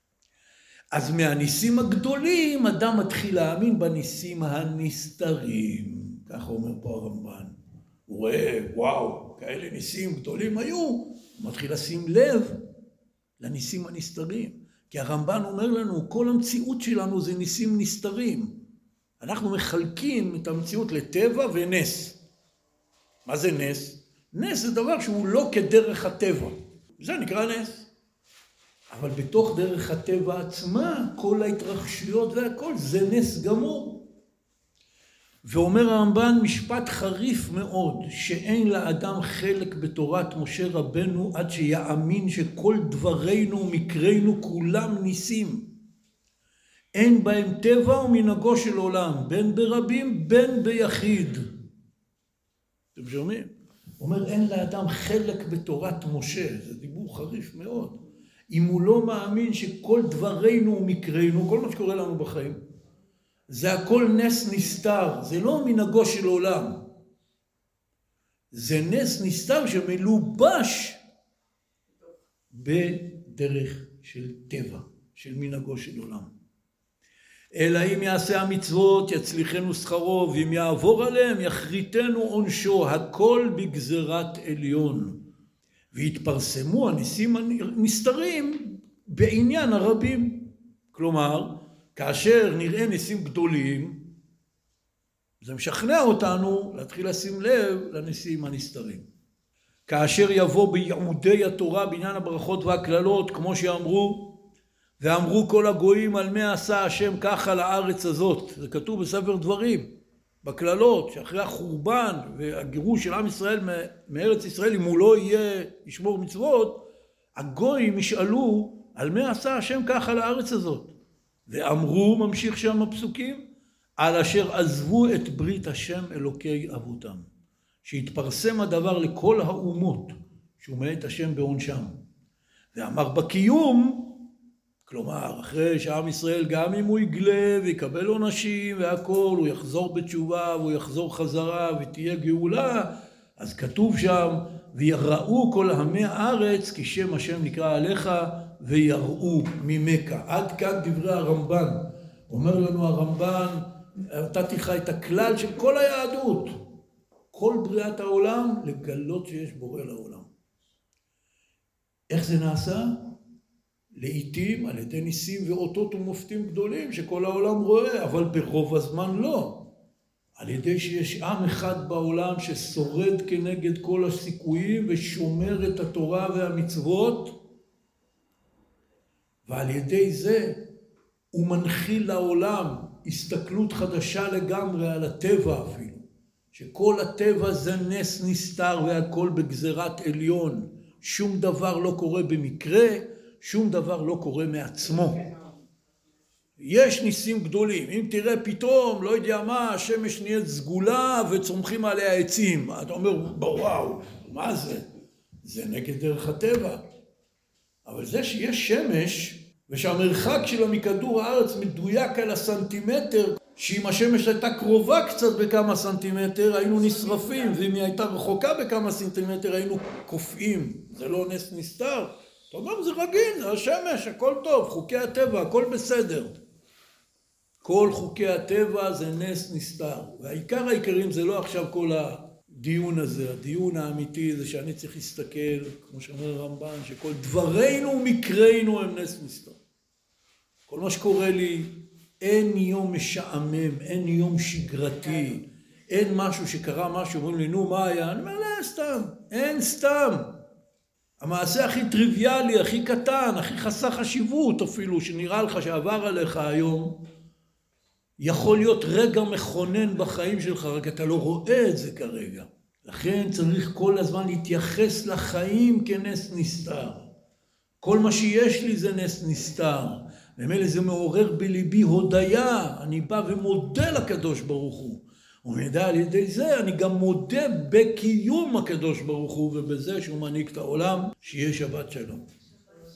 Speaker 1: אז מהניסים הגדולים אדם מתחיל להאמין בניסים הנסתרים. ככה אומר פה הרמב"ן. הוא רואה, וואו, כאלה ניסים גדולים היו, הוא מתחיל לשים לב לניסים הנסתרים. כי הרמב"ן אומר לנו, כל המציאות שלנו זה ניסים נסתרים. אנחנו מחלקים את המציאות לטבע ונס. מה זה נס? נס זה דבר שהוא לא כדרך הטבע. זה נקרא נס. אבל בתוך דרך הטבע עצמה, כל ההתרחשויות והכל זה נס גמור. ואומר הרמב"ן משפט חריף מאוד, שאין לאדם חלק בתורת משה רבנו עד שיאמין שכל דברינו ומקרינו כולם ניסים. אין בהם טבע ומנהגו של עולם, בין ברבים בין ביחיד. אתם שומעים? אומר אין לאדם חלק בתורת משה, זה דיבור חריף מאוד. אם הוא לא מאמין שכל דברינו ומקרינו, כל מה שקורה לנו בחיים, זה הכל נס נסתר, זה לא מנהגו של עולם. זה נס נסתר שמלובש בדרך של טבע, של מנהגו של עולם. אלא אם יעשה המצוות יצליחנו שכרו, ואם יעבור עליהם יחריטנו עונשו, הכל בגזרת עליון. והתפרסמו הניסים הנסתרים בעניין הרבים. כלומר, כאשר נראה ניסים גדולים, זה משכנע אותנו להתחיל לשים לב לניסים הנסתרים. כאשר יבוא ביעמודי התורה בעניין הברכות והכללות, כמו שאמרו, ואמרו כל הגויים על מה עשה השם ככה לארץ הזאת. זה כתוב בספר דברים, בכללות, שאחרי החורבן והגירוש של עם ישראל מארץ ישראל, אם הוא לא יהיה לשמור מצוות, הגויים ישאלו על מה עשה השם ככה לארץ הזאת. ואמרו, ממשיך שם הפסוקים, על אשר עזבו את ברית השם אלוקי אבותם. שהתפרסם הדבר לכל האומות, שהוא מאת השם בעונשם. ואמר בקיום, כלומר, אחרי שעם ישראל, גם אם הוא יגלה ויקבל עונשים והכל, הוא יחזור בתשובה והוא יחזור חזרה ותהיה גאולה, אז כתוב שם, ויראו כל עמי הארץ, כי שם השם נקרא עליך, ויראו ממך. עד כאן דברי הרמב"ן. אומר לנו הרמב"ן, נתתי לך את הכלל של כל היהדות, כל בריאת העולם, לגלות שיש בורא לעולם. איך זה נעשה? לעתים על ידי ניסים ואותות ומופתים גדולים שכל העולם רואה, אבל ברוב הזמן לא. על ידי שיש עם אחד בעולם ששורד כנגד כל הסיכויים ושומר את התורה והמצוות, ועל ידי זה הוא מנחיל לעולם הסתכלות חדשה לגמרי על הטבע אפילו, שכל הטבע זה נס נסתר והכל בגזרת עליון, שום דבר לא קורה במקרה, שום דבר לא קורה מעצמו. יש ניסים גדולים, אם תראה פתאום, לא יודע מה, השמש נהיית סגולה וצומחים עליה עצים, אתה אומר, וואו, מה זה? זה נגד דרך הטבע. אבל זה שיש שמש, ושהמרחק שלה מכדור הארץ מדויק על הסנטימטר, שאם השמש הייתה קרובה קצת בכמה סנטימטר, היינו נשרפים, ואם היא הייתה רחוקה בכמה סנטימטר, היינו קופאים. זה לא נס נסתר. אתה אומר, זה רגיל, זה השמש, הכל טוב, חוקי הטבע, הכל בסדר. כל חוקי הטבע זה נס נסתר. והעיקר העיקרים זה לא עכשיו כל הדיון הזה. הדיון האמיתי זה שאני צריך להסתכל, כמו שאומר הרמב"ן, שכל דברינו ומקרינו הם נס נסתר. כל מה שקורה לי, אין יום משעמם, אין יום שגרתי, אין משהו שקרה משהו, אומרים לי, נו, מה היה? אני אומר, לא, סתם, אין סתם. המעשה הכי טריוויאלי, הכי קטן, הכי חסר חשיבות אפילו, שנראה לך שעבר עליך היום, יכול להיות רגע מכונן בחיים שלך, רק אתה לא רואה את זה כרגע. לכן צריך כל הזמן להתייחס לחיים כנס נסתר. כל מה שיש לי זה נס נסתר. ומילא זה מעורר בליבי הודיה, אני בא ומודה לקדוש ברוך הוא. ומדע על ידי זה אני גם מודה בקיום הקדוש ברוך הוא, ובזה שהוא מעניק את העולם, שיהיה שבת שלום.